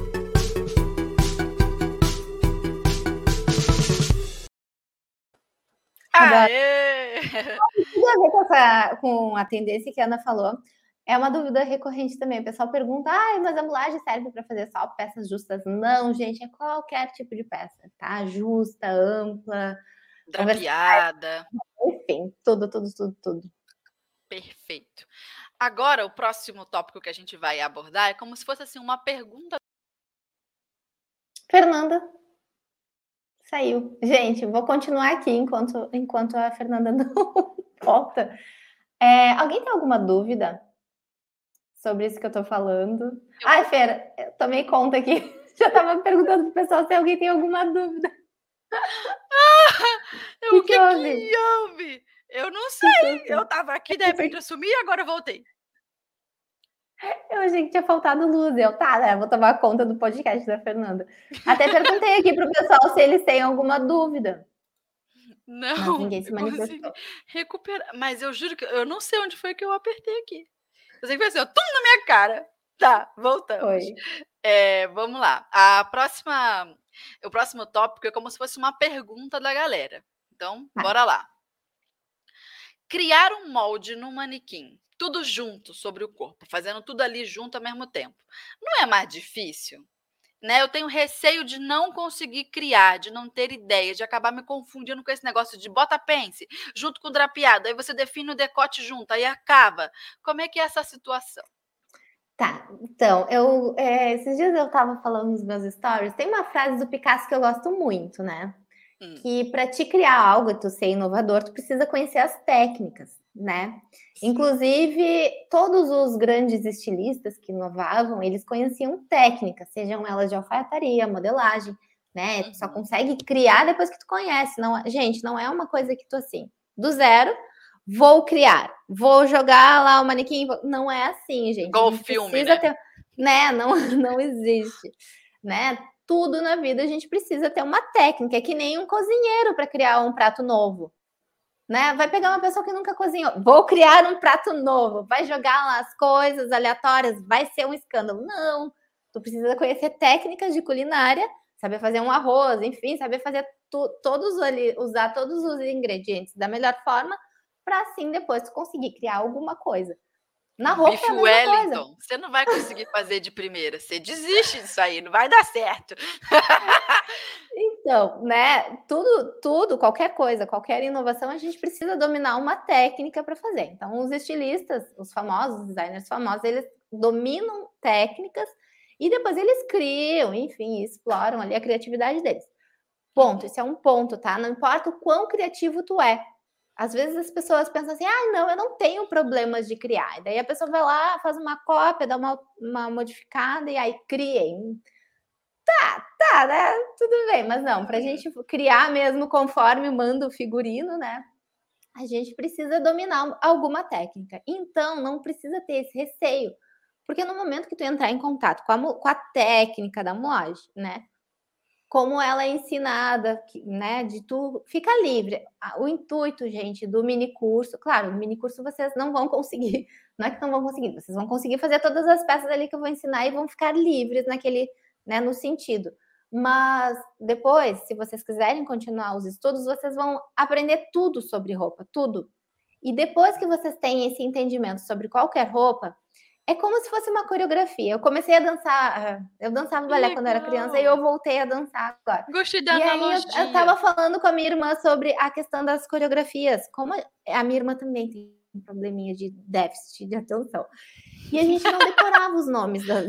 Aê! Tudo a ver com a tendência que a Ana falou. É uma dúvida recorrente também. O pessoal pergunta, mas a mulagem serve para fazer só peças justas? Não, gente, é qualquer tipo de peça, tá? Justa, ampla, drapeada. Enfim, tudo. Perfeito. Agora, o próximo tópico que a gente vai abordar é como se fosse assim uma pergunta. Fernanda saiu. Gente, vou continuar aqui enquanto a Fernanda não volta. Alguém tem alguma dúvida sobre isso que eu tô falando? Ai, Fer, eu tomei conta aqui. Já tava perguntando pro pessoal se alguém tem alguma dúvida. O que houve? Eu não sei. Eu tava aqui, de repente eu sumi e agora eu voltei. Eu achei que tinha faltado luz. Vou tomar conta do podcast da Fernanda. Até perguntei aqui pro pessoal se eles têm alguma dúvida. Não, mas ninguém se manifestou. Recuperar. Mas eu juro que eu não sei onde foi que eu apertei aqui. Eu sei que foi assim, tum na minha cara. Tá, voltamos. Vamos lá. O próximo tópico é como se fosse uma pergunta da galera. Então, bora lá. Criar um molde no manequim, tudo junto sobre o corpo, fazendo tudo ali junto ao mesmo tempo. Não é mais difícil? Né? Eu tenho receio de não conseguir criar, de não ter ideia, de acabar me confundindo com esse negócio de bota pence junto com o drapeado, aí você define o decote junto, aí acaba. Como é que é essa situação? Tá, então, esses dias eu tava falando nos meus stories, tem uma frase do Picasso que eu gosto muito, né? que para te criar algo e tu ser inovador, tu precisa conhecer as técnicas, né? Sim. Inclusive, todos os grandes estilistas que inovavam, eles conheciam técnicas, sejam elas de alfaiataria, modelagem, né? Tu só consegue criar depois que tu conhece. Não, gente, não é uma coisa que tu assim, do zero, vou criar, vou jogar lá o manequim. Não é assim, gente. Igual o filme, né? Não existe, né? Tudo na vida a gente precisa ter uma técnica, é que nem um cozinheiro para criar um prato novo, né? Vai pegar uma pessoa que nunca cozinhou, vou criar um prato novo, vai jogar lá as coisas aleatórias, vai ser um escândalo. Não, tu precisa conhecer técnicas de culinária, saber fazer um arroz, enfim, saber fazer usar todos os ingredientes da melhor forma, para assim depois tu conseguir criar alguma coisa. Na roupa Bife Wellington, você não vai conseguir fazer de primeira, você desiste disso aí, não vai dar certo. Então, né, tudo, qualquer coisa, qualquer inovação, a gente precisa dominar uma técnica para fazer. Então, os estilistas, os famosos, os designers famosos, eles dominam técnicas e depois eles criam, enfim, exploram ali a criatividade deles. Ponto, esse é um ponto, tá? Não importa o quão criativo tu é. Às vezes as pessoas pensam assim, não, eu não tenho problemas de criar. E daí a pessoa vai lá, faz uma cópia, dá uma modificada e aí criei. Tá, né? Tudo bem, mas não, pra gente criar mesmo conforme manda o figurino, né? A gente precisa dominar alguma técnica. Então, não precisa ter esse receio. Porque no momento que tu entrar em contato com a técnica da moagem, né? Como ela é ensinada, né? De tu ficar livre. O intuito, gente, do mini curso, claro, no mini curso vocês não vão conseguir, não é que não vão conseguir, vocês vão conseguir fazer todas as peças ali que eu vou ensinar e vão ficar livres naquele, né, no sentido. Mas depois, se vocês quiserem continuar os estudos, vocês vão aprender tudo sobre roupa, tudo. E depois que vocês têm esse entendimento sobre qualquer roupa, é como se fosse uma coreografia. Eu comecei a dançar, eu dançava balé quando eu era criança e eu voltei a dançar agora. Gostei da analogia. Aí eu tava falando com a minha irmã sobre a questão das coreografias. Como a minha irmã também tem um probleminha de déficit de atenção. E a gente não decorava os nomes das...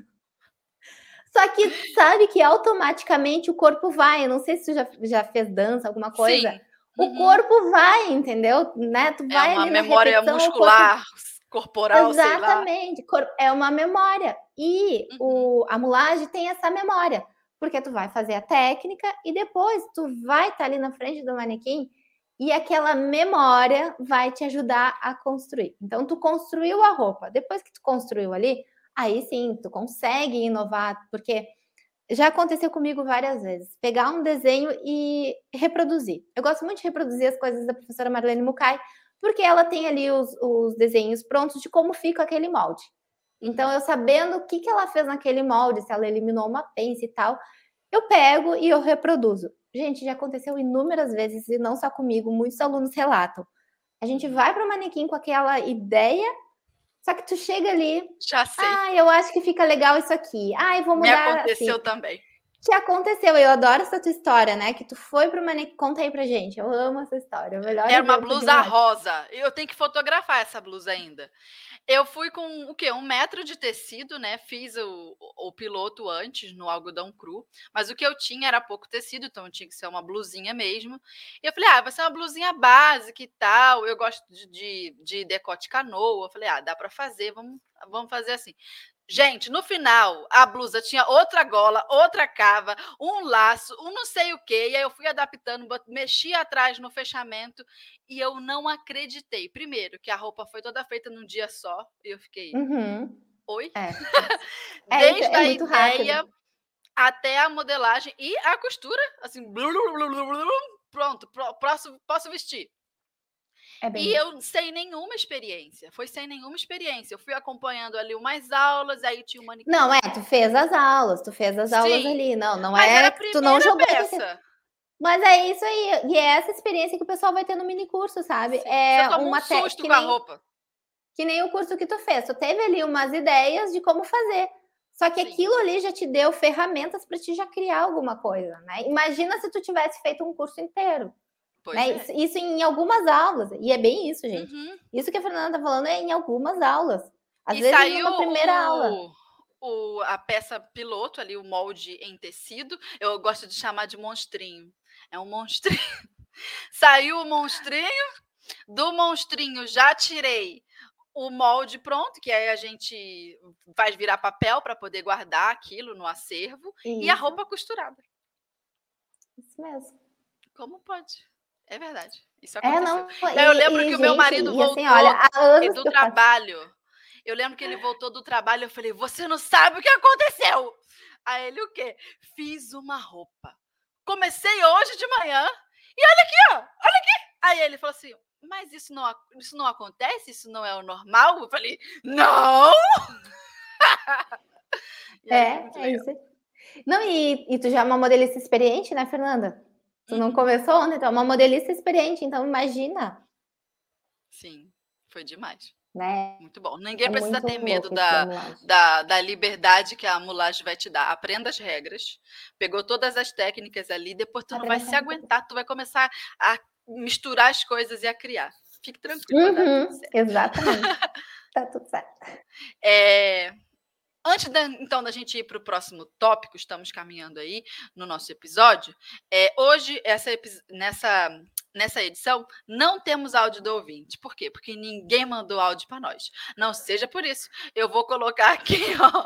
Só que sabe que automaticamente o corpo vai. Eu não sei se tu já fez dança, alguma coisa. Sim. O corpo vai, entendeu? Né? Tu vai uma ali memória repetição, muscular, corporal, exatamente. Sei lá. É uma memória. E a mulagem tem essa memória. Porque tu vai fazer a técnica e depois tu vai estar ali na frente do manequim e aquela memória vai te ajudar a construir. Então, tu construiu a roupa. Depois que tu construiu ali, aí sim, tu consegue inovar, porque já aconteceu comigo várias vezes. Pegar um desenho e reproduzir. Eu gosto muito de reproduzir as coisas da professora Marlene Mukai, porque ela tem ali os desenhos prontos de como fica aquele molde. Então, eu sabendo o que ela fez naquele molde, se ela eliminou uma pence e tal, eu pego e eu reproduzo. Gente, já aconteceu inúmeras vezes, e não só comigo, muitos alunos relatam. A gente vai para o manequim com aquela ideia, só que tu chega ali, já sei. Eu acho que fica legal isso aqui. Eu vou mudar. Me aconteceu assim. Também. Te aconteceu, eu adoro essa tua história, né? Que tu foi pro manequim. Conta aí pra gente, eu amo essa história. Era uma blusa rosa. Eu tenho que fotografar essa blusa ainda. Eu fui com o quê? 1 metro de tecido, né? Fiz o piloto antes no algodão cru, mas o que eu tinha era pouco tecido, então tinha que ser uma blusinha mesmo. E eu falei, vai ser uma blusinha básica e tal. Eu gosto de decote canoa. Eu falei, dá para fazer, vamos fazer assim. Gente, no final, a blusa tinha outra gola, outra cava, um laço, um não sei o quê. E aí eu fui adaptando, mexi atrás no fechamento e eu não acreditei. Primeiro, que a roupa foi toda feita num dia só. E eu fiquei, oi? Desde a ideia rápido. Até a modelagem e a costura, assim, pronto, posso vestir. E eu sem nenhuma experiência. Foi sem nenhuma experiência. Eu fui acompanhando ali umas aulas, aí tinha um manequim. Não, tu fez as aulas, ali. Não era que tu não jogou. Peça. Mas é isso aí. E é essa experiência que o pessoal vai ter no mini curso, sabe? Sim. É uma susto com a roupa. Que nem o curso que tu fez. Tu teve ali umas ideias de como fazer. Só que aquilo ali já te deu ferramentas para ti já criar alguma coisa, né? Imagina se tu tivesse feito um curso inteiro. Né? Isso em algumas aulas. E é bem isso, gente. Isso que a Fernanda tá falando é em algumas aulas. Às vezes saiu numa primeira aula. A peça piloto ali, o molde em tecido. Eu gosto de chamar de monstrinho. É um monstrinho. Saiu o monstrinho, do monstrinho já tirei o molde pronto, que aí a gente faz virar papel para poder guardar aquilo no acervo, e a Isso. roupa costurada. Isso mesmo. Como pode? É verdade. Isso É, aconteceu. não. Eu lembro que o meu gente, marido voltou assim, olha, há anos do que eu faço. trabalho. Eu lembro que ele voltou do trabalho, eu falei, você não sabe o que aconteceu. Aí ele, o quê? Fiz uma roupa. Comecei hoje de manhã, e olha aqui, ó, olha aqui. Aí ele falou assim, mas isso não acontece? Isso não é o normal? Eu falei, não! E aí foi muito É legal. isso. Não, e tu já é uma modelista experiente, né, Fernanda? Tu não começou ontem, tu é uma modelista experiente, então imagina, Sim, foi demais. né? Muito bom. Ninguém É precisa muito ter medo louco isso da mulagem. da liberdade que a mulagem vai te dar. Aprenda as regras, pegou todas as técnicas ali, depois tu não vai se aguentar, tu vai começar a misturar as coisas e a criar. Fique tranquilo, vai dar tudo certo. Exatamente. Tá tudo certo. Antes então da gente ir para o próximo tópico, estamos caminhando aí no nosso episódio. Hoje, nessa edição, não temos áudio do ouvinte. Por quê? Porque ninguém mandou áudio para nós. Não seja por isso. Eu vou colocar aqui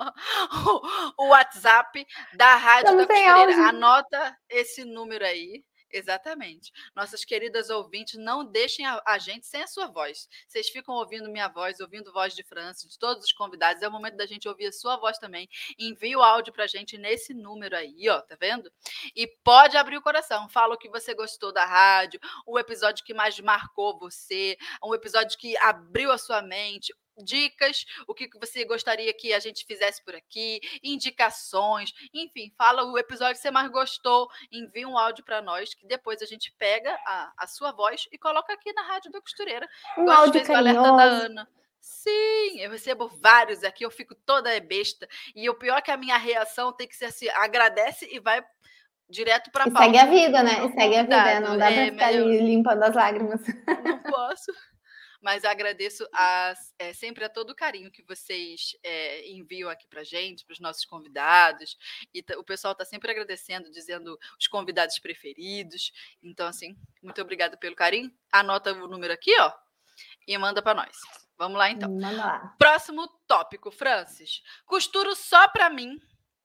o WhatsApp da Rádio da Costureira. Anota esse número aí. Exatamente. Nossas queridas ouvintes, não deixem a gente sem a sua voz. Vocês ficam ouvindo minha voz, ouvindo voz de França, de todos os convidados. É o momento da gente ouvir a sua voz também. Envie o áudio pra gente nesse número aí, ó, tá vendo? E pode abrir o coração. Fala o que você gostou da rádio, o episódio que mais marcou você, um episódio que abriu a sua mente, dicas, o que você gostaria que a gente fizesse por aqui, indicações, enfim, fala o episódio que você mais gostou, envia um áudio para nós, que depois a gente pega a sua voz e coloca aqui na Rádio da Costureira. Um áudio carinhoso. O alerta da Ana. Sim, eu recebo vários aqui, eu fico toda besta, e o pior é que a minha reação tem que ser assim, agradece e vai direto para a pauta. Segue a vida, né? E segue a vida, não dá para ficar ali limpando as lágrimas. Não posso. Mas agradeço sempre a todo o carinho que vocês enviam aqui para a gente, para os nossos convidados. E o pessoal está sempre agradecendo, dizendo os convidados preferidos. Então, assim, muito obrigada pelo carinho. Anota o número aqui, ó, e manda para nós. Vamos lá, então. Manda lá. Próximo tópico, Francis. Costuro só para mim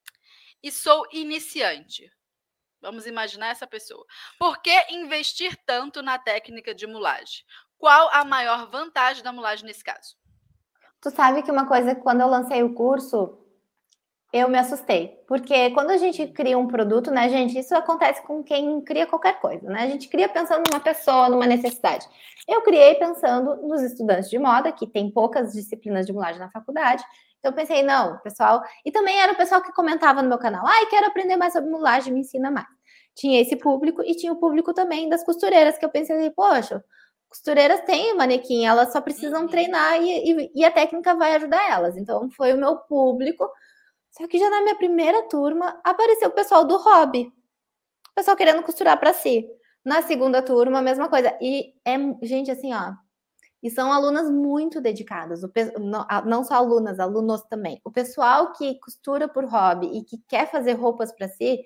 e sou iniciante. Vamos imaginar essa pessoa. Por que investir tanto na técnica de mulagem? Qual a maior vantagem da mulagem nesse caso? Tu sabe que uma coisa, quando eu lancei o curso, eu me assustei. Porque quando a gente cria um produto, né, gente, isso acontece com quem cria qualquer coisa, né? A gente cria pensando numa pessoa, numa necessidade. Eu criei pensando nos estudantes de moda, que tem poucas disciplinas de mulagem na faculdade. Então eu pensei, não, pessoal... E também era o pessoal que comentava no meu canal, quero aprender mais sobre mulagem, me ensina mais. Tinha esse público e tinha o público também das costureiras, que eu pensei, poxa... Costureiras têm manequim, elas só precisam treinar e a técnica vai ajudar elas. Então, foi o meu público. Só que já na minha primeira turma, apareceu o pessoal do hobby. O pessoal querendo costurar para si. Na segunda turma, a mesma coisa. E gente, assim, ó. E são alunas muito dedicadas. Não só alunas, alunos também. O pessoal que costura por hobby e que quer fazer roupas para si,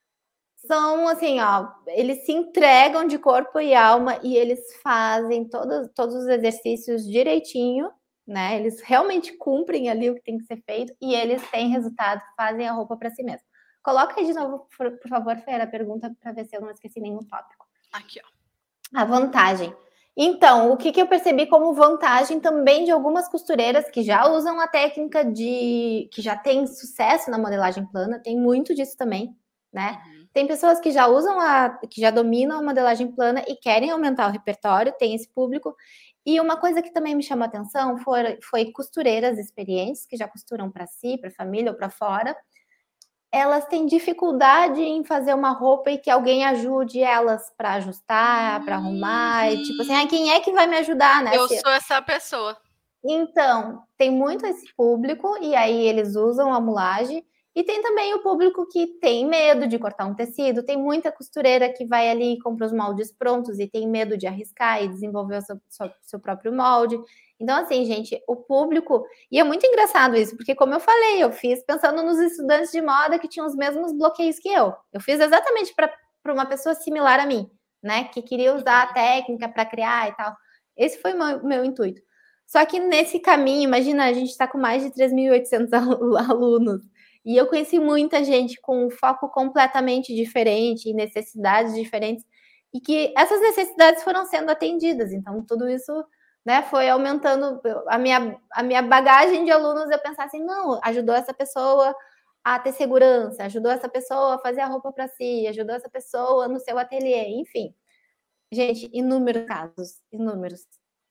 são assim, ó, eles se entregam de corpo e alma e eles fazem todos os exercícios direitinho, né? Eles realmente cumprem ali o que tem que ser feito e eles têm resultado, fazem a roupa para si mesmo. Coloca aí de novo, por favor, Fer, a pergunta para ver se eu não esqueci nenhum tópico. Aqui, ó. A vantagem. Então, o que eu percebi como vantagem também de algumas costureiras que já usam a técnica que já tem sucesso na modelagem plana, tem muito disso também, né? Tem pessoas que já usam que já dominam a modelagem plana e querem aumentar o repertório, tem esse público. E uma coisa que também me chamou a atenção foi costureiras experientes, que já costuram para si, para a família ou para fora. Elas têm dificuldade em fazer uma roupa e que alguém ajude elas para ajustar, para arrumar. E tipo assim, quem é que vai me ajudar, né? Eu sou essa pessoa. Então, tem muito esse público e aí eles usam a mulagem. E tem também o público que tem medo de cortar um tecido, tem muita costureira que vai ali e compra os moldes prontos e tem medo de arriscar e desenvolver o seu próprio molde. Então, assim, gente, o público... E é muito engraçado isso, porque como eu falei, eu fiz pensando nos estudantes de moda que tinham os mesmos bloqueios que eu. Eu fiz exatamente para para uma pessoa similar a mim, né? Que queria usar a técnica para criar e tal. Esse foi o meu intuito. Só que nesse caminho, imagina, a gente está com mais de 3.800 alunos. E eu conheci muita gente com um foco completamente diferente e necessidades diferentes. E que essas necessidades foram sendo atendidas. Então, tudo isso, né, foi aumentando a minha bagagem de alunos. Eu pensar assim, não, ajudou essa pessoa a ter segurança, ajudou essa pessoa a fazer a roupa para si, ajudou essa pessoa no seu ateliê, enfim. Gente, inúmeros casos, inúmeros.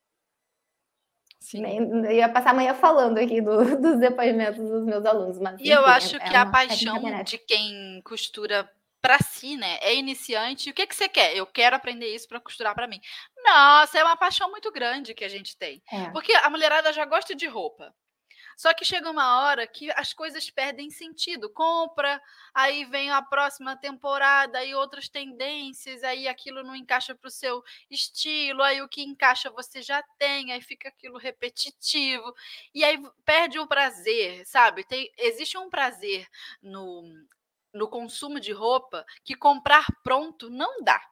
Sim. Eu ia passar a manhã falando aqui dos depoimentos dos meus alunos. Mas, enfim, eu acho que a paixão de quem costura para si, né, é iniciante. O que você quer? Eu quero aprender isso para costurar para mim. Nossa, é uma paixão muito grande que a gente tem. Porque a mulherada já gosta de roupa. Só que chega uma hora que as coisas perdem sentido. Compra, aí vem a próxima temporada e outras tendências, aí aquilo não encaixa para o seu estilo, aí o que encaixa você já tem, aí fica aquilo repetitivo, e aí perde o prazer, sabe? Existe um prazer no consumo de roupa que comprar pronto não dá.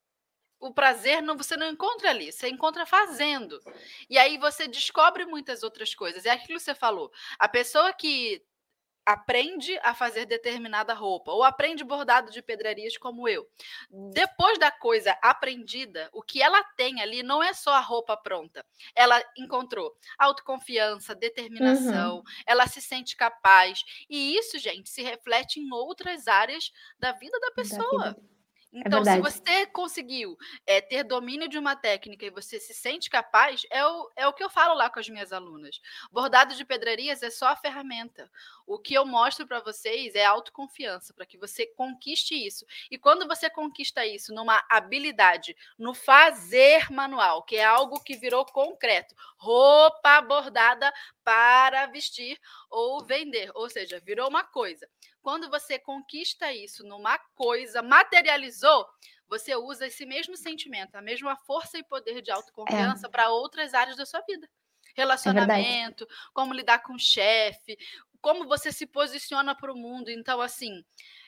O prazer você não encontra ali, você encontra fazendo. E aí você descobre muitas outras coisas. É aquilo que você falou. A pessoa que aprende a fazer determinada roupa, ou aprende bordado de pedrarias como eu. Depois da coisa aprendida, o que ela tem ali não é só a roupa pronta. Ela encontrou autoconfiança, determinação, ela se sente capaz. E isso, gente, se reflete em outras áreas da vida da pessoa. Então, se você conseguiu ter domínio de uma técnica e você se sente capaz, é o que eu falo lá com as minhas alunas. Bordado de pedrarias é só a ferramenta. O que eu mostro para vocês é autoconfiança, para que você conquiste isso. E quando você conquista isso numa habilidade, no fazer manual, que é algo que virou concreto, roupa bordada para vestir ou vender, ou seja, virou uma coisa. Quando você conquista isso numa coisa, materializou, você usa esse mesmo sentimento, a mesma força e poder de autoconfiança para outras áreas da sua vida. Relacionamento, como lidar com o chefe, como você se posiciona para o mundo. Então, assim,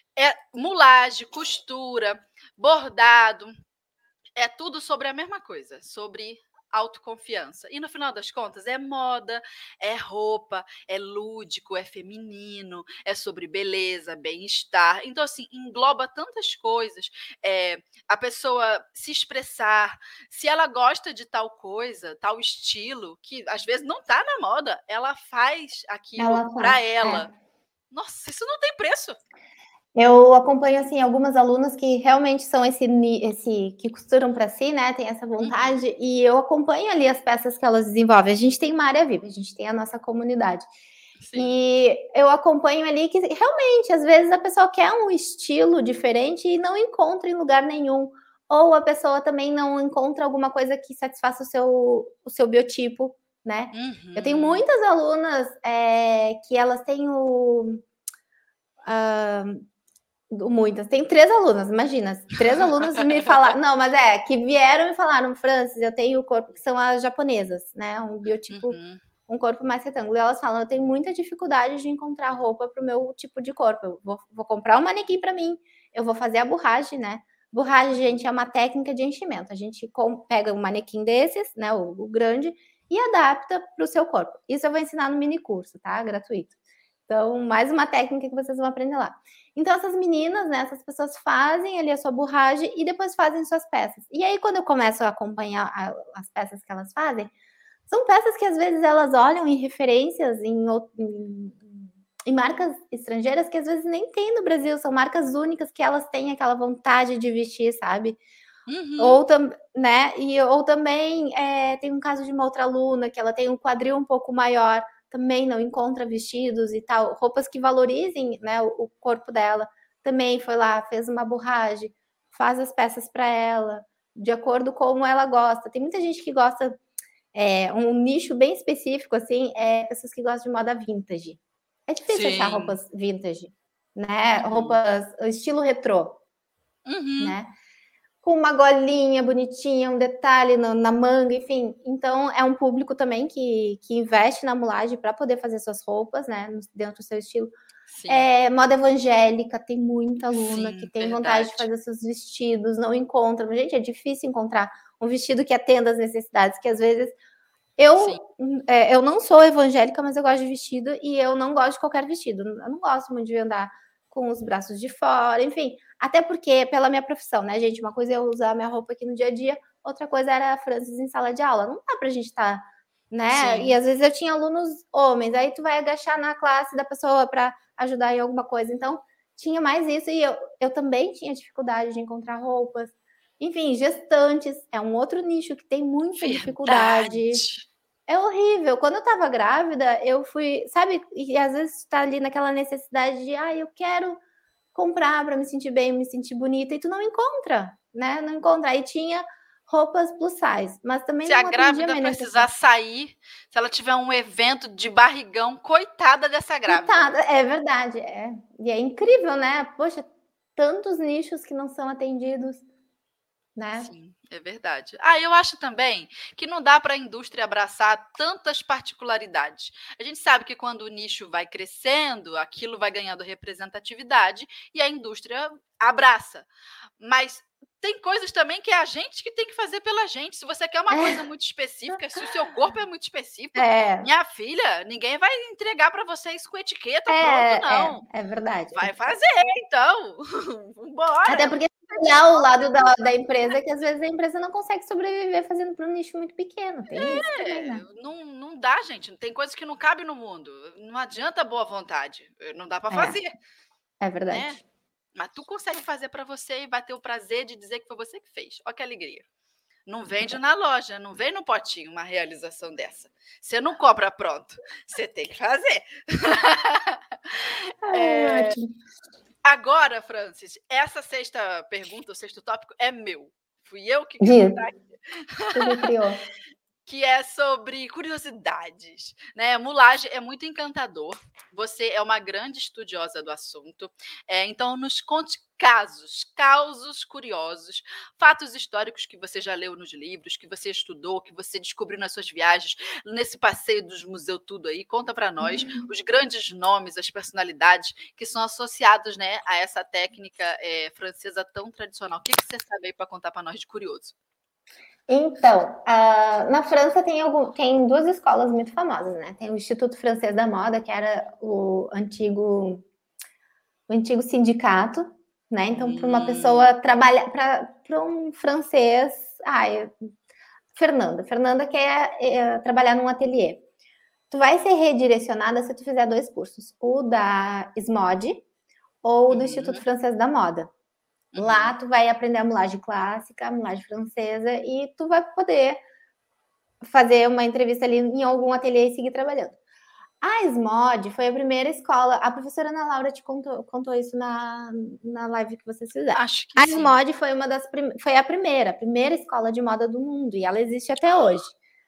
mulagem, costura, bordado, é tudo sobre a mesma coisa, sobre autoconfiança. E no final das contas é moda, é roupa, é lúdico, é feminino, é sobre beleza, bem-estar. Então, assim, engloba tantas coisas. A pessoa se expressar, se ela gosta de tal coisa, tal estilo, que às vezes não está na moda, ela faz aquilo para ela. Nossa, isso não tem preço. Eu acompanho, assim, algumas alunas que realmente são esse que costuram para si, né? Tem essa vontade, e eu acompanho ali as peças que elas desenvolvem. A gente tem uma área viva, a gente tem a nossa comunidade. Sim. E eu acompanho ali que realmente, às vezes, a pessoa quer um estilo diferente e não encontra em lugar nenhum. Ou a pessoa também não encontra alguma coisa que satisfaça o seu biotipo, né? Eu tenho muitas alunas que elas têm muitas. Tem 3 alunas, imagina. 3 alunas me falaram. Não, mas que vieram e falaram, Francis, eu tenho o corpo, que são as japonesas, né? Um biotipo, um corpo mais retângulo. E elas falam, eu tenho muita dificuldade de encontrar roupa para o meu tipo de corpo. Eu vou comprar um manequim para mim, eu vou fazer a borragem, né? Borragem, gente, é uma técnica de enchimento. A gente pega um manequim desses, né? O grande, e adapta para o seu corpo. Isso eu vou ensinar no mini curso, tá? Gratuito. Então, mais uma técnica que vocês vão aprender lá. Então, essas meninas, né, essas pessoas fazem ali a sua borragem e depois fazem suas peças. E aí, quando eu começo a acompanhar as peças que elas fazem, são peças que, às vezes, elas olham em referências em marcas estrangeiras que, às vezes, nem tem no Brasil. São marcas únicas que elas têm aquela vontade de vestir, sabe? Ou também tem um caso de uma outra aluna que ela tem um quadril um pouco maior, também não encontra vestidos e tal, roupas que valorizem, né, o corpo dela. Também foi lá, fez uma borragem, faz as peças para ela, de acordo com como ela gosta. Tem muita gente que gosta, um nicho bem específico, assim, pessoas que gostam de moda vintage. É difícil achar roupas vintage, né? Roupas estilo retrô, né? Com uma golinha bonitinha, um detalhe na manga, enfim. Então, é um público também que investe na mulagem para poder fazer suas roupas, né? Dentro do seu estilo. Moda evangélica, tem muita aluna que tem vontade verdade. de fazer seus vestidos, não encontra. Gente, é difícil encontrar um vestido que atenda às necessidades, que às vezes eu não sou evangélica, mas eu gosto de vestido e eu não gosto de qualquer vestido. Eu não gosto muito de andar com os braços de fora, enfim. Até porque, pela minha profissão, né, gente? Uma coisa é eu usar minha roupa aqui no dia a dia, outra coisa era a Francis em sala de aula. Não dá pra gente estar, né? Sim. E às vezes eu tinha alunos homens, aí tu vai agachar na classe da pessoa para ajudar em alguma coisa. Então, tinha mais isso. E eu também tinha dificuldade de encontrar roupas. Enfim, gestantes é um outro nicho que tem muita dificuldade. É horrível. Quando eu tava grávida, eu fui, sabe? E às vezes tá ali naquela necessidade de, eu quero comprar para me sentir bem, me sentir bonita, e tu não encontra, né? Não encontra. Aí tinha roupas plus size, mas também se não a grávida precisar sair, se ela tiver um evento de barrigão, coitada dessa grávida. Coitada, é verdade. E é incrível, né? Poxa, tantos nichos que não são atendidos, né? Sim, é verdade. Eu acho também que não dá para a indústria abraçar tantas particularidades. A gente sabe que quando o nicho vai crescendo, aquilo vai ganhando representatividade e a indústria abraça. Mas tem coisas também que é a gente que tem que fazer pela gente. Se você quer uma coisa muito específica, se o seu corpo é muito específico, minha filha, ninguém vai entregar para você isso com etiqueta, pronto, não. É verdade. Vai fazer, então. Vambora. Até porque olhar o lado da empresa, que às vezes a empresa não consegue sobreviver fazendo para um nicho muito pequeno. Tem isso também, né? Não dá, gente. Tem coisas que não cabem no mundo. Não adianta boa vontade. Não dá para fazer. É verdade. Né? Mas tu consegue fazer para você e vai ter o prazer de dizer que foi você que fez. Olha que alegria. Não vende na loja, não vem no potinho uma realização dessa. Você não compra pronto. Você tem que fazer. Ótimo. Agora, Francis, essa sexta pergunta, o sexto tópico é meu. Fui eu que criou. Que é sobre curiosidades, né? Mulagem é muito encantador. Você é uma grande estudiosa do assunto. Então, nos conte causos curiosos, fatos históricos que você já leu nos livros, que você estudou, que você descobriu nas suas viagens, nesse passeio dos museus tudo aí. Conta para nós os grandes nomes, as personalidades que são associados, né, a essa técnica francesa tão tradicional. O que você sabe aí para contar para nós de curioso? Então, na França tem duas escolas muito famosas, né? Tem o Instituto Francês da Moda, que era o antigo sindicato, né? Então, para uma pessoa trabalhar, para um francês, Fernanda quer trabalhar num ateliê. Tu vai ser redirecionada se tu fizer 2 cursos, o da SMOD ou do Instituto Francês da Moda. Lá tu vai aprender a mulagem clássica, a mulagem francesa, e tu vai poder fazer uma entrevista ali em algum ateliê e seguir trabalhando. A SMOD foi a primeira escola, a professora Ana Laura te contou isso na live que vocês fizeram. Acho que a SMOD foi a primeira escola de moda do mundo, e ela existe até hoje.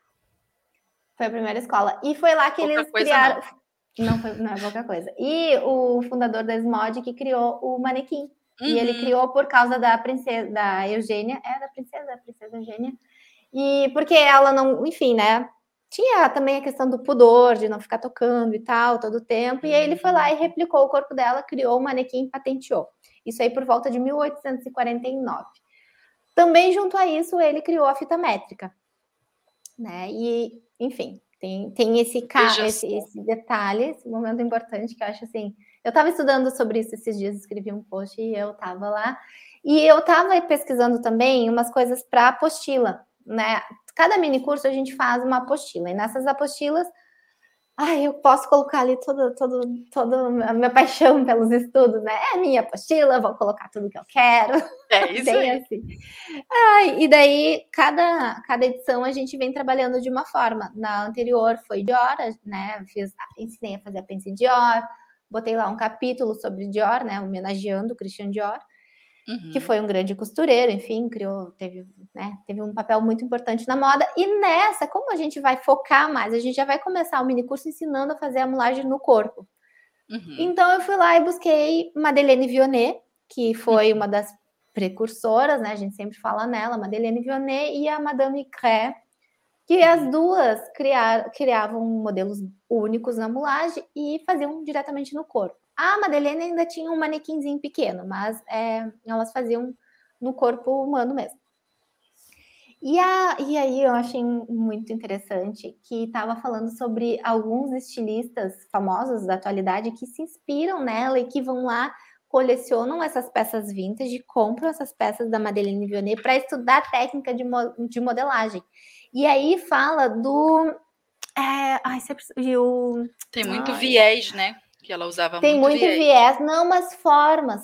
Foi a primeira escola. E foi lá que eles criaram... Não é pouca coisa. E o fundador da SMOD que criou o manequim. E ele criou por causa da princesa, da Eugênia, da princesa Eugênia. E porque ela não, enfim, né? Tinha também a questão do pudor, de não ficar tocando e tal, todo o tempo. E aí ele foi lá e replicou o corpo dela, criou o manequim e patenteou. Isso aí por volta de 1849. Também junto a isso, ele criou a fita métrica. Né? E, enfim, tem esse detalhe, esse momento importante que eu acho assim... Eu estava estudando sobre isso esses dias, escrevi um post e eu estava lá. E eu estava pesquisando também umas coisas para apostila, né? Cada mini curso a gente faz uma apostila. E nessas apostilas, eu posso colocar ali toda a minha paixão pelos estudos, né? É a minha apostila, vou colocar tudo que eu quero. É isso aí. Assim. E daí, cada edição a gente vem trabalhando de uma forma. Na anterior foi Dior, né? Ensinei a fazer a pence Dior. Botei lá um capítulo sobre Dior, né, homenageando o Christian Dior, que foi um grande costureiro, enfim, teve um papel muito importante na moda. E nessa, como a gente vai focar mais, a gente já vai começar o mini curso ensinando a fazer a mulagem no corpo. Então eu fui lá e busquei Madeleine Vionnet, que foi uma das precursoras, né, a gente sempre fala nela, Madeleine Vionnet e a Madame Cré, que as duas criavam modelos únicos na mulagem e faziam diretamente no corpo. A Madeleine ainda tinha um manequinzinho pequeno, mas elas faziam no corpo humano mesmo. E aí eu achei muito interessante que estava falando sobre alguns estilistas famosos da atualidade que se inspiram nela e que vão lá, colecionam essas peças vintage, compram essas peças da Madeleine Vionnet para estudar técnica de modelagem. E aí fala do... Tem muito viés, né? Que ela usava Tem muito viés. Não, mas formas.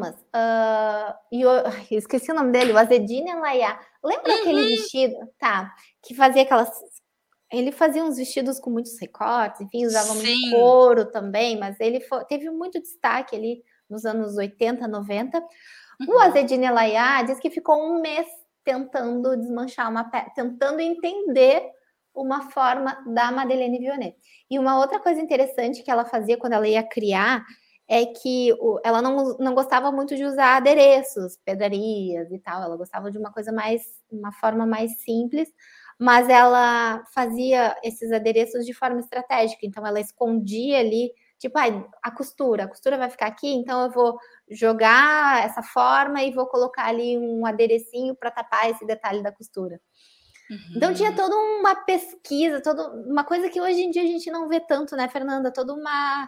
Eu esqueci o nome dele, o Azzedine Alaïa. Lembra aquele vestido? Tá, que fazia aquelas... Ele fazia uns vestidos com muitos recortes, enfim, usava muito couro também, mas ele teve muito destaque ali nos anos 80, 90. O Azzedine Alaïa diz que ficou um mês tentando desmanchar uma peça, tentando entender uma forma da Madeleine Vionnet. E uma outra coisa interessante que ela fazia quando ela ia criar é que ela não gostava muito de usar adereços, pedrarias e tal. Ela gostava de uma forma mais simples, mas ela fazia esses adereços de forma estratégica. Então ela escondia ali, tipo, a costura vai ficar aqui, então eu vou jogar essa forma e vou colocar ali um aderecinho para tapar esse detalhe da costura. Então tinha toda uma pesquisa, toda uma coisa que hoje em dia a gente não vê tanto, né, Fernanda? Toda uma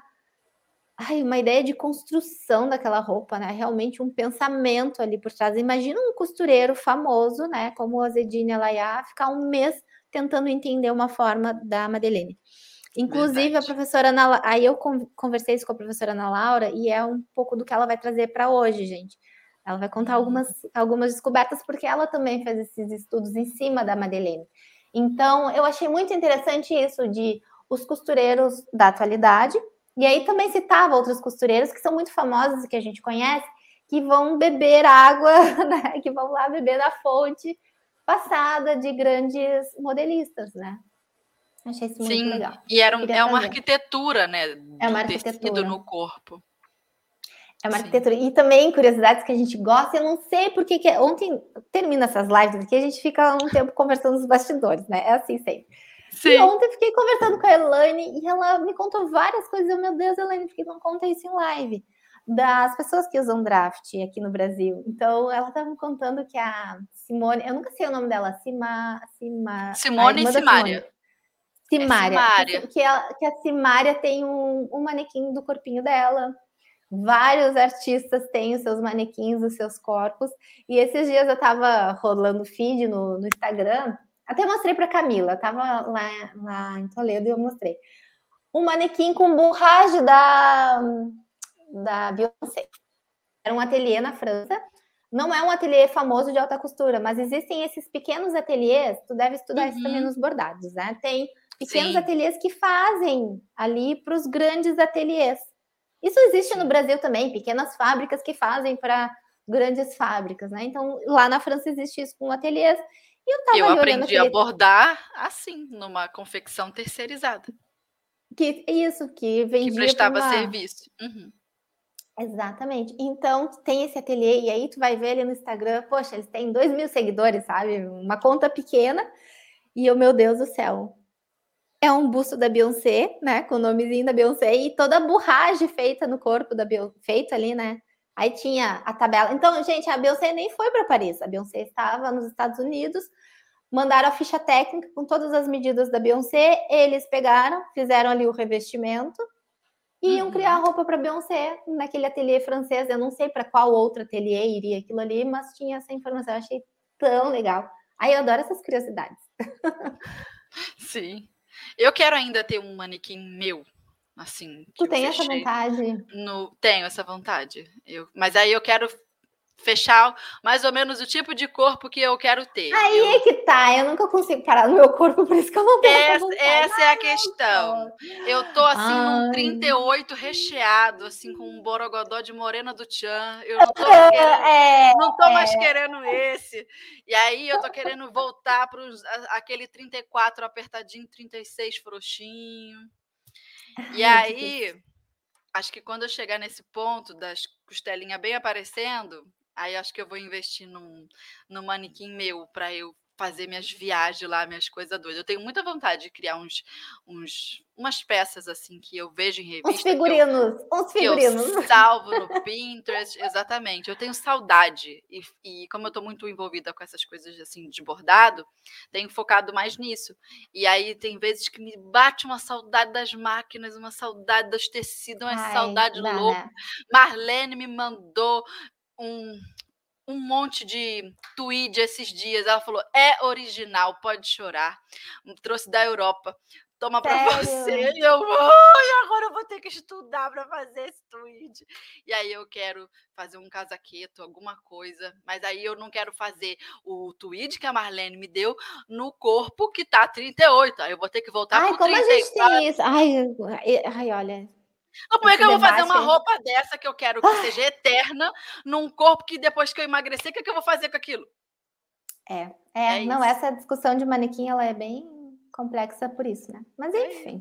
ideia de construção daquela roupa, né? Realmente um pensamento ali por trás. Imagina um costureiro famoso, né, como o Azzedine Alaïa, ficar um mês tentando entender uma forma da Madeleine. Inclusive, verdade. A professora Ana... Aí eu conversei isso com a professora Ana Laura e é um pouco do que ela vai trazer para hoje, gente. Ela vai contar algumas descobertas, porque ela também fez esses estudos em cima da Madeleine. Então, eu achei muito interessante isso de os costureiros da atualidade, e aí também citava outros costureiros que são muito famosos e que a gente conhece, que vão beber água, né? Que vão lá beber da fonte passada de grandes modelistas, né? Achei isso muito legal. E é uma arquitetura, né? É uma arquitetura. Tecido no corpo. É uma arquitetura. E também curiosidades que a gente gosta. Eu não sei porque ontem termina essas lives aqui, a gente fica um tempo conversando nos bastidores, né? É assim sempre. Sim. E ontem fiquei conversando com a Elaine e ela me contou várias coisas. Eu, meu Deus, Elaine, por que não conta isso em live? Das pessoas que usam draft aqui no Brasil. Então, ela estava me contando que a Simone... Eu nunca sei o nome dela. Simone e Simária. Simária. Que a Simária tem um manequim do corpinho dela. Vários artistas têm os seus manequins, os seus corpos. E esses dias eu estava rolando feed no Instagram. Até mostrei para a Camila. Estava lá em Toledo e eu mostrei. Um manequim com borracha da Beyoncé. Era um ateliê na França. Não é um ateliê famoso de alta costura, mas existem esses pequenos ateliês. Tu deve estudar isso também nos bordados, né? Tem pequenos ateliês que fazem ali para os grandes ateliês. Isso existe no Brasil também, pequenas fábricas que fazem para grandes fábricas, né? Então, lá na França existe isso com ateliês. E eu aprendi a bordar assim, numa confecção terceirizada. Que vendia. Que prestava serviço. Exatamente. Então, tem esse ateliê, e aí tu vai ver ali no Instagram, poxa, eles têm 2.000 seguidores, sabe? Uma conta pequena. E eu, meu Deus do céu. É um busto da Beyoncé, né? Com o nomezinho da Beyoncé e toda a borragem feita no corpo da Beyoncé, feita ali, né? Aí tinha a tabela. Então, gente, a Beyoncé nem foi para Paris. A Beyoncé estava nos Estados Unidos, mandaram a ficha técnica com todas as medidas da Beyoncé, eles pegaram, fizeram ali o revestimento e iam criar roupa para Beyoncé naquele ateliê francês. Eu não sei para qual outro ateliê iria aquilo ali, mas tinha essa informação. Eu achei tão legal. Aí eu adoro essas curiosidades. Sim. Eu quero ainda ter um manequim meu, assim. Tu tem essa vontade? Tenho essa vontade. Mas aí eu quero fechar mais ou menos o tipo de corpo que eu quero ter. Aí é que tá, eu nunca consigo parar no meu corpo, por isso que eu não tenho essa vontade. Essa é a questão. Eu tô assim num 38 recheado, assim, com um borogodó de Morena do Tchan. Eu não tô mais querendo esse. E aí eu tô querendo voltar para aquele 34 apertadinho, 36 frouxinho. E aí, acho que quando eu chegar nesse ponto das costelinhas bem aparecendo, aí acho que eu vou investir num manequim meu para eu fazer minhas viagens lá, minhas coisas doidas. Eu tenho muita vontade de criar umas peças assim que eu vejo em revista. Uns figurinos. Que eu salvo no Pinterest. Exatamente. Eu tenho saudade. E como eu estou muito envolvida com essas coisas assim de bordado, tenho focado mais nisso. E aí tem vezes que me bate uma saudade das máquinas, uma saudade dos tecidos, uma saudade louca. Né? Marlene me mandou um monte de tweet esses dias. Ela falou, é original, pode chorar. Trouxe da Europa. Toma para você. E eu agora eu vou ter que estudar para fazer esse tweet. E aí eu quero fazer um casaqueto, alguma coisa. Mas aí eu não quero fazer o tweet que a Marlene me deu no corpo que tá 38. Aí eu vou ter que voltar pro 34. Como a gente tem isso? Ai, olha... Como é que eu vou fazer uma roupa dessa que eu quero que seja eterna num corpo que depois que eu emagrecer, o que eu vou fazer com aquilo? Não, essa discussão de manequim, ela é bem complexa por isso, né? Mas enfim.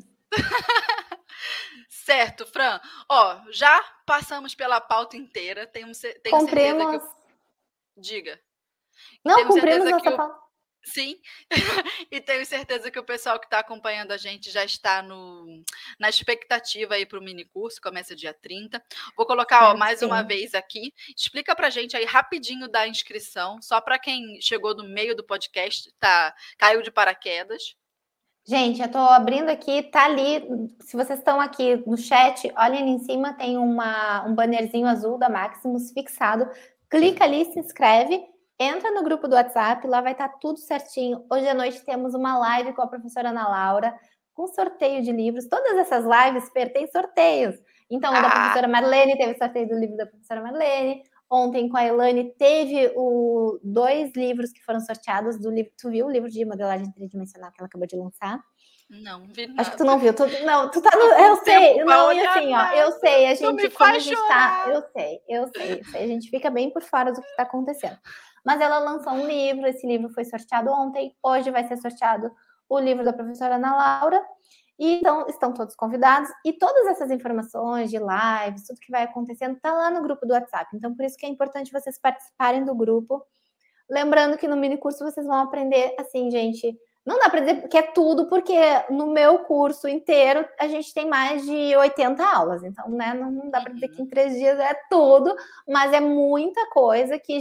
Certo, Fran. Já passamos pela pauta inteira. Tenho certeza que... Diga. Não, cumprimos nossa pauta. Sim, e tenho certeza que o pessoal que está acompanhando a gente já está na expectativa aí para o mini curso, começa dia 30. Vou colocar mais uma vez aqui. Explica para a gente aí rapidinho da inscrição, só para quem chegou no meio do podcast, caiu de paraquedas. Gente, eu estou abrindo aqui, tá ali, se vocês estão aqui no chat, olhem ali em cima, tem um bannerzinho azul da Maximus fixado, clica ali, se inscreve, entra no grupo do WhatsApp, lá vai estar tudo certinho. Hoje à noite temos uma live com a professora Ana Laura, com sorteio de livros. Todas essas lives têm sorteios. Então, o da professora Marlene teve sorteio do livro da professora Marlene. Ontem, com a Elane, teve 2 livros que foram sorteados do livro. Tu viu o livro de modelagem tridimensional que ela acabou de lançar? Não, vi nada. Acho que tu não viu. Tu tá no... Eu sei. Não, e assim, eu sei. A gente, como a gente tá... Eu sei. A gente fica bem por fora do que está acontecendo. Mas ela lançou um livro, esse livro foi sorteado ontem, hoje vai ser sorteado o livro da professora Ana Laura, e então estão todos convidados, e todas essas informações de lives, tudo que vai acontecendo, está lá no grupo do WhatsApp, então por isso que é importante vocês participarem do grupo, lembrando que no mini curso vocês vão aprender, assim, gente, não dá para dizer que é tudo, porque no meu curso inteiro a gente tem mais de 80 aulas, então, né, não dá para dizer que em 3 dias é tudo, mas é muita coisa que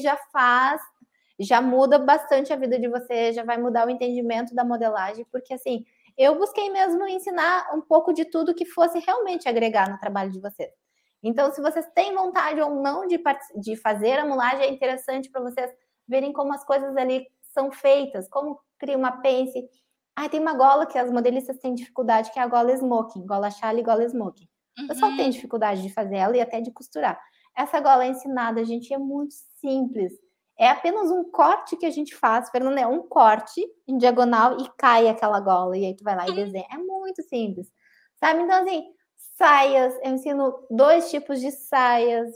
já muda bastante a vida de você, já vai mudar o entendimento da modelagem, porque assim, eu busquei mesmo ensinar um pouco de tudo que fosse realmente agregar no trabalho de vocês. Então, se vocês têm vontade ou não de fazer a mulagem, é interessante para vocês verem como as coisas ali são feitas, como cria uma pence. Tem uma gola que as modelistas têm dificuldade, que é a gola smoking, gola chale e gola smoking. O pessoal tem dificuldade de fazer ela e até de costurar. Essa gola é ensinada, gente, é muito simples. É apenas um corte que a gente faz, Fernanda, é um corte em diagonal e cai aquela gola. E aí tu vai lá e desenha. É muito simples, sabe? Então, assim, saias, eu ensino 2 tipos de saias,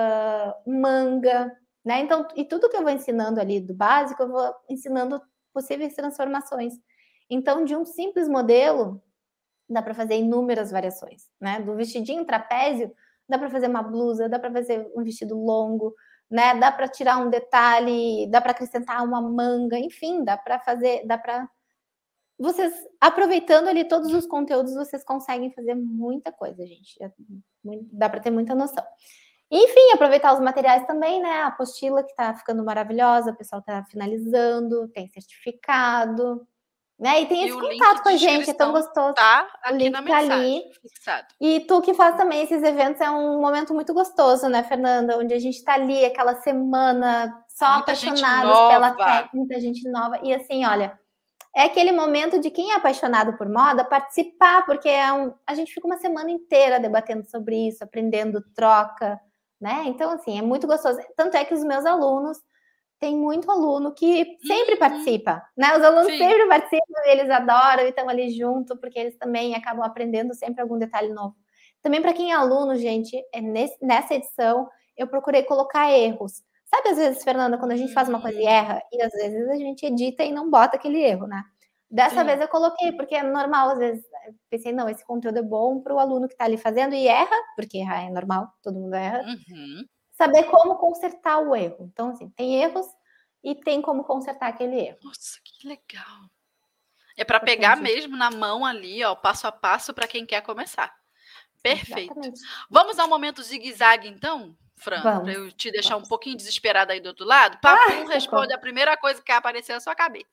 manga, né? Então, e tudo que eu vou ensinando ali do básico, eu vou ensinando possíveis transformações. Então, de um simples modelo, dá para fazer inúmeras variações, né? Do vestidinho trapézio, dá para fazer uma blusa, dá para fazer um vestido longo, né? Dá para tirar um detalhe, dá para acrescentar uma manga, enfim, dá para vocês aproveitando ali todos os conteúdos, vocês conseguem fazer muita coisa, gente. Dá para ter muita noção. Enfim, aproveitar os materiais também, né? A apostila que tá ficando maravilhosa, o pessoal tá finalizando, tem certificado, né? E tem esse contato com a gente, é tão gostoso. Tá aqui na mensagem, ali. Fixado. E tu que faz também esses eventos, é um momento muito gostoso, né, Fernanda? Onde a gente tá ali, aquela semana, só muita apaixonados pela técnica, muita gente nova. E assim, olha, é aquele momento de quem é apaixonado por moda participar, porque a gente fica uma semana inteira debatendo sobre isso, aprendendo, troca, né? Então, assim, é muito gostoso. Tanto é que os meus alunos, tem muito aluno que sempre participa, né? Os alunos sempre participam, eles adoram e estão ali junto, porque eles também acabam aprendendo sempre algum detalhe novo. Também para quem é aluno, gente, nessa edição, eu procurei colocar erros. Sabe, às vezes, Fernanda, quando a gente faz uma coisa e erra, e às vezes a gente edita e não bota aquele erro, né? Dessa vez eu coloquei, porque é normal, às vezes, eu pensei, não, esse conteúdo é bom para o aluno que está ali fazendo e erra, porque errar é normal, todo mundo erra. Saber como consertar o erro. Então, assim, tem erros e tem como consertar aquele erro. Nossa, que legal. É para pegar mesmo na mão ali, ó, passo a passo para quem quer começar. Perfeito. Exatamente. Vamos ao momento zigue-zague, então, Fran? Para eu te deixar um pouquinho desesperada aí do outro lado. Papum responde a primeira coisa que aparecer na sua cabeça.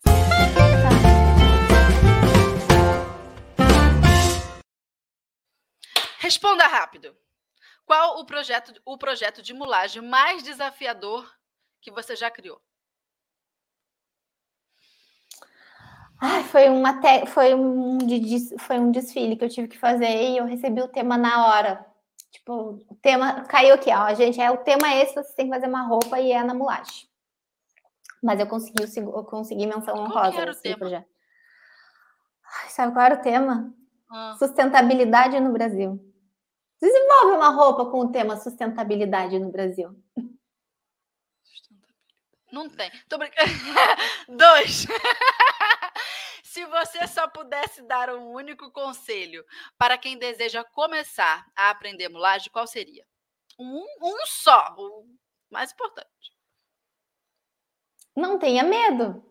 Responda rápido. Qual o projeto de mulagem mais desafiador que você já criou? Foi um desfile que eu tive que fazer e eu recebi o tema na hora. Tipo, o tema caiu aqui, ó, gente, o tema esse, você tem que fazer uma roupa e é na mulagem. Mas eu consegui menção honrosa. Qual era o tema? Projeto. Sabe qual era o tema? Sustentabilidade no Brasil. Desenvolve uma roupa com o tema sustentabilidade no Brasil. Não tem. Tô brincando. 2. Se você só pudesse dar um único conselho para quem deseja começar a aprender mulagem, qual seria? Um só, o mais importante. Não tenha medo.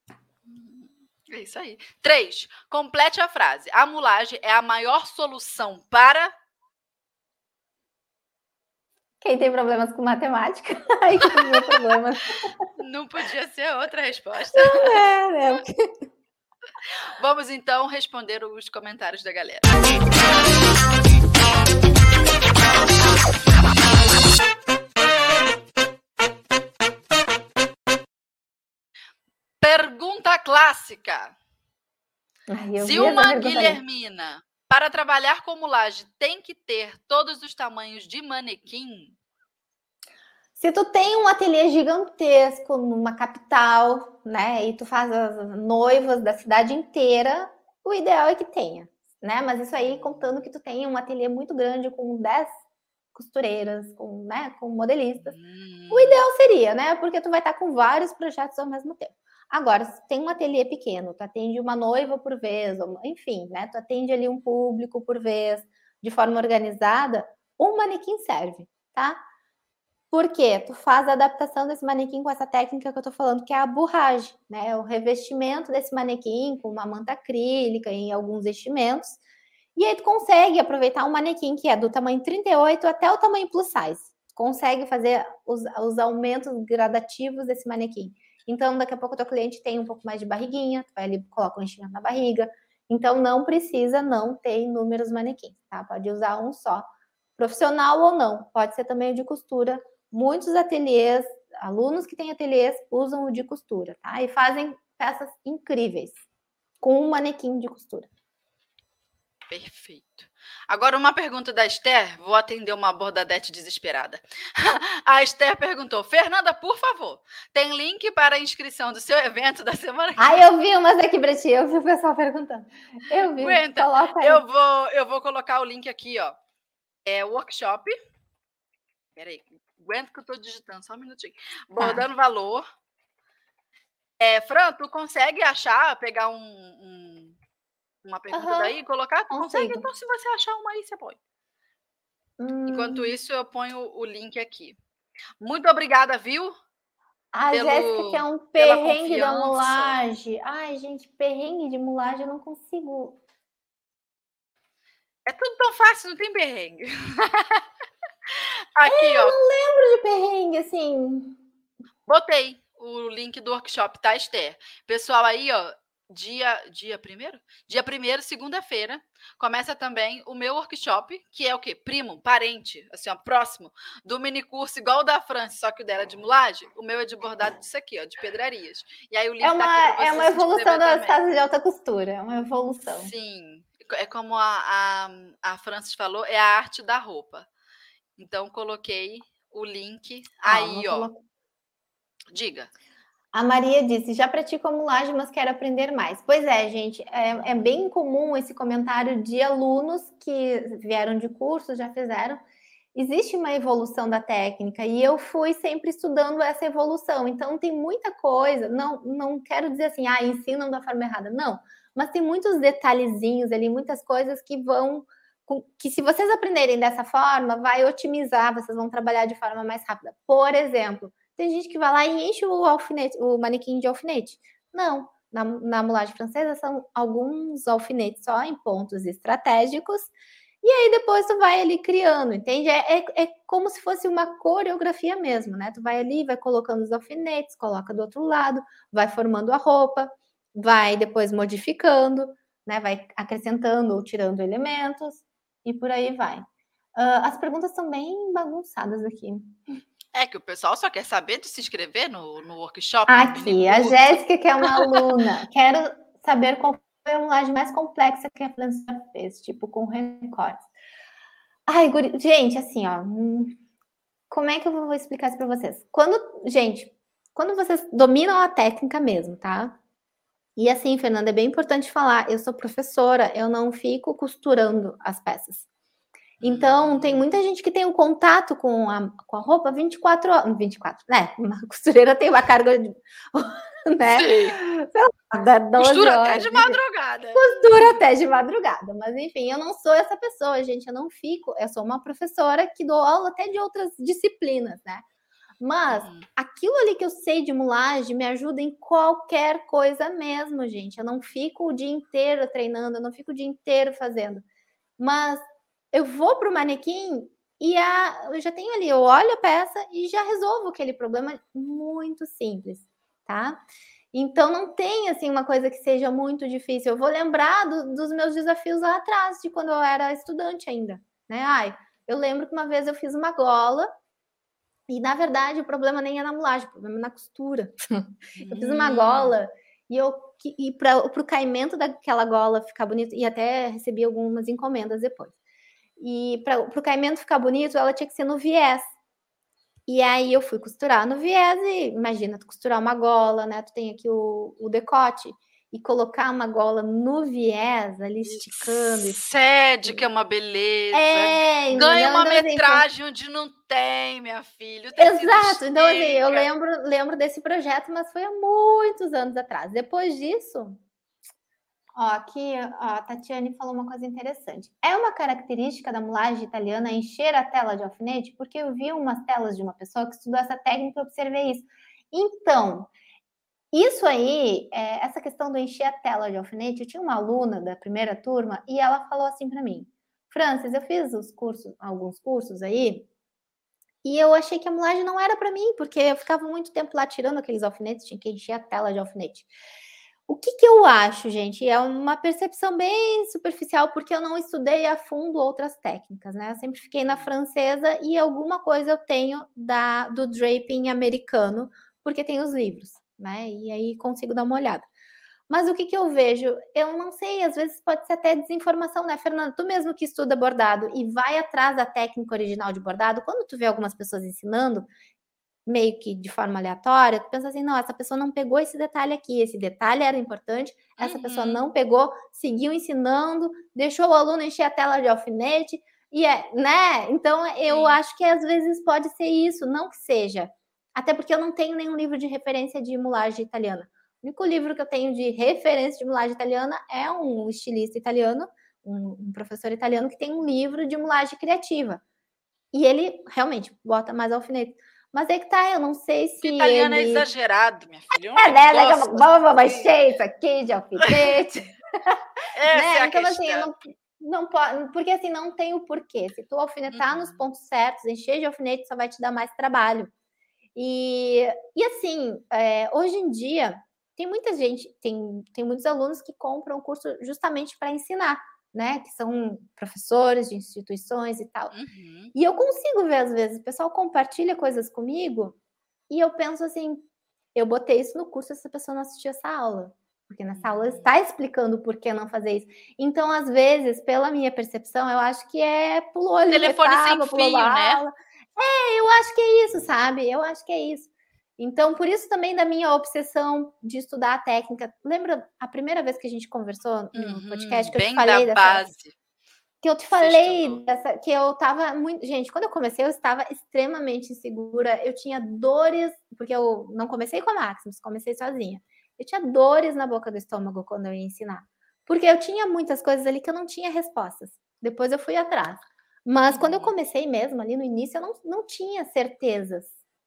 É isso aí. 3. Complete a frase. A mulagem é a maior solução para... Quem tem problemas com matemática. Ai, que tem problemas. Não podia ser outra resposta. Não é. Vamos, então, responder os comentários da galera. Pergunta clássica. Se uma Guilhermina, para trabalhar com mulagem, tem que ter todos os tamanhos de manequim? Se tu tem um ateliê gigantesco numa capital, né, e tu faz as noivas da cidade inteira, o ideal é que tenha, né? Mas isso aí contando que tu tenha um ateliê muito grande com 10 costureiras, com modelistas. O ideal seria, né? Porque tu vai estar com vários projetos ao mesmo tempo. Agora, se tem um ateliê pequeno, tu atende uma noiva por vez, enfim, né? Tu atende ali um público por vez, de forma organizada, um manequim serve, tá? Por quê? Tu faz a adaptação desse manequim com essa técnica que eu tô falando, que é a borragem, né? O revestimento desse manequim com uma manta acrílica em alguns vestimentos. E aí tu consegue aproveitar um manequim que é do tamanho 38 até o tamanho plus size. Tu consegue fazer os aumentos gradativos desse manequim. Então, daqui a pouco o teu cliente tem um pouco mais de barriguinha, tu vai ali, coloca um enchimento na barriga. Então, não precisa não ter inúmeros manequins, tá? Pode usar um só. Profissional ou não, pode ser também o de costura. Muitos ateliês, alunos que têm ateliês, usam o de costura, tá? E fazem peças incríveis com um manequim de costura. Perfeito. Agora, uma pergunta da Esther. Vou atender uma bordadete desesperada. A Esther perguntou: Fernanda, por favor, tem link para a inscrição do seu evento da semana que vem? Eu vi umas aqui para ti. Eu vi o pessoal perguntando. Eu vi. Aguenta. Coloca aí. Eu vou colocar o link aqui, ó. É workshop. Peraí. Aguenta que eu tô digitando, só um minutinho. Bordando valor. Fran, tu consegue achar, pegar uma pergunta daí e colocar? Tu consegue? Então, se você achar uma aí, você põe. Enquanto isso, eu ponho o link aqui. Muito obrigada, viu? A Jéssica, que é um perrengue da mulagem. Ai, gente, perrengue de mulagem eu não consigo. É tudo tão fácil, não tem perrengue. Aqui, ó. Eu não lembro de perrengue, assim. Botei o link do workshop, tá, Esther? Pessoal aí, ó, dia 1º? Dia 1º, segunda-feira, começa também o meu workshop, que é o quê? Primo, parente, assim, ó, próximo, do mini curso igual o da França, só que o dela é de mulagem, o meu é de bordado disso aqui, ó, de pedrarias. E aí o link tá aqui pra você. É uma evolução das casas de alta costura, é uma evolução. Sim, é como a Francis falou, é a arte da roupa. Então, coloquei o link aí, ó. Diga. A Maria disse, já pratico a mulagem, mas quero aprender mais. Pois é, gente, é bem comum esse comentário de alunos que vieram de curso, já fizeram. Existe uma evolução da técnica e eu fui sempre estudando essa evolução. Então, tem muita coisa, não quero dizer assim, ensinam da forma errada. Não, mas tem muitos detalhezinhos ali, muitas coisas que se vocês aprenderem dessa forma, vai otimizar, vocês vão trabalhar de forma mais rápida. Por exemplo, Tem gente que vai lá e enche o manequim de alfinete. Não, na mulagem francesa são alguns alfinetes só em pontos estratégicos, e aí depois tu vai ali criando, entende? É como se fosse uma coreografia mesmo, né? Tu vai ali, vai colocando os alfinetes, coloca do outro lado, vai formando a roupa, vai depois modificando, né? Vai acrescentando ou tirando elementos, e por aí vai. As perguntas são bem bagunçadas aqui. É que o pessoal só quer saber de se inscrever no workshop. Aqui, a Jéssica, que é uma aluna, quero saber qual foi a mulagem mais complexa que a França fez, tipo, com recortes. Ai, gente, assim, ó, como é que eu vou explicar isso para vocês? Quando vocês dominam a técnica mesmo, tá? E assim, Fernanda, é bem importante falar, eu sou professora, eu não fico costurando as peças. Então, tem muita gente que tem um contato com a roupa 24 horas. 24, né? Uma costureira tem uma carga de. Né? Costura até de madrugada. Costura até de madrugada. Mas, enfim, eu não sou essa pessoa, gente. Eu não fico. Eu sou uma professora que dou aula até de outras disciplinas, né? Mas aquilo ali que eu sei de mulagem me ajuda em qualquer coisa mesmo, gente. Eu não fico o dia inteiro treinando, eu não fico o dia inteiro fazendo. Mas eu vou para o manequim e eu já tenho ali, eu olho a peça e já resolvo aquele problema muito simples, tá? Então, não tem, assim, uma coisa que seja muito difícil. Eu vou lembrar dos meus desafios lá atrás, de quando eu era estudante ainda, né? Eu lembro que uma vez eu fiz uma gola e, na verdade, o problema nem é na mulagem, o problema é na costura. Eu fiz uma gola e para o caimento daquela gola ficar bonito, e até recebi algumas encomendas depois. E para o caimento ficar bonito, ela tinha que ser no viés. E aí eu fui costurar no viés e imagina, tu costurar uma gola, né? Tu tem aqui o decote e colocar uma gola no viés, ali esticando. Cede, que é uma beleza. Ganha uma metragem onde não tem, minha filha. Exato. Então, assim, eu lembro desse projeto, mas foi há muitos anos atrás. Depois disso... aqui a Tatiane falou uma coisa interessante. É uma característica da mulagem italiana encher a tela de alfinete? Porque eu vi umas telas de uma pessoa que estudou essa técnica e observei isso. Então, isso aí, essa questão do encher a tela de alfinete, eu tinha uma aluna da primeira turma e ela falou assim para mim, Francis, eu fiz alguns cursos aí, e eu achei que a mulagem não era para mim, porque eu ficava muito tempo lá tirando aqueles alfinetes, tinha que encher a tela de alfinete. O que eu acho, gente? É uma percepção bem superficial, porque eu não estudei a fundo outras técnicas, né? Eu sempre fiquei na francesa e alguma coisa eu tenho do draping americano, porque tem os livros, né? E aí consigo dar uma olhada. Mas o que eu vejo? Eu não sei, às vezes pode ser até desinformação, né, Fernanda? Tu mesmo que estuda bordado e vai atrás da técnica original de bordado, quando tu vê algumas pessoas ensinando, meio que de forma aleatória, tu pensa assim, não, essa pessoa não pegou esse detalhe aqui, esse detalhe era importante, essa pessoa não pegou, seguiu ensinando, deixou o aluno encher a tela de alfinete, né? Então, eu acho que às vezes pode ser isso, não que seja. Até porque eu não tenho nenhum livro de referência de mulagem italiana. O único livro que eu tenho de referência de mulagem italiana é um estilista italiano, um professor italiano que tem um livro de mulagem criativa. E ele realmente bota mais alfinete. Mas é que tá, eu não sei se o italiano é exagerado, minha filha. Né? Vamos encher isso aqui de alfinete. Essa é a então, questão. assim, não pode, porque assim, não tem o porquê. Se tu alfinetar nos pontos certos, encher de alfinete, só vai te dar mais trabalho. E assim, hoje em dia, tem muita gente, tem muitos alunos que compram o curso justamente para ensinar, né? Que são professores de instituições e tal. E eu consigo ver, às vezes, o pessoal compartilha coisas comigo e eu penso assim, eu botei isso no curso, essa pessoa não assistiu essa aula. Porque nessa aula está explicando por que não fazer isso. Então, às vezes, pela minha percepção, eu acho que pulou ali telefone sem fio, né? Aula. Eu acho que é isso, sabe? Eu acho que é isso. Então, por isso também da minha obsessão de estudar a técnica. Lembra a primeira vez que a gente conversou no podcast que eu te falei da base. Que eu te falei que eu tava muito... Gente, quando eu comecei, eu estava extremamente insegura. Eu tinha dores, porque eu não comecei com a Maximus, comecei sozinha. Eu tinha dores na boca do estômago quando eu ia ensinar. Porque eu tinha muitas coisas ali que eu não tinha respostas. Depois eu fui atrás. Mas quando eu comecei mesmo, ali no início, eu não tinha certezas.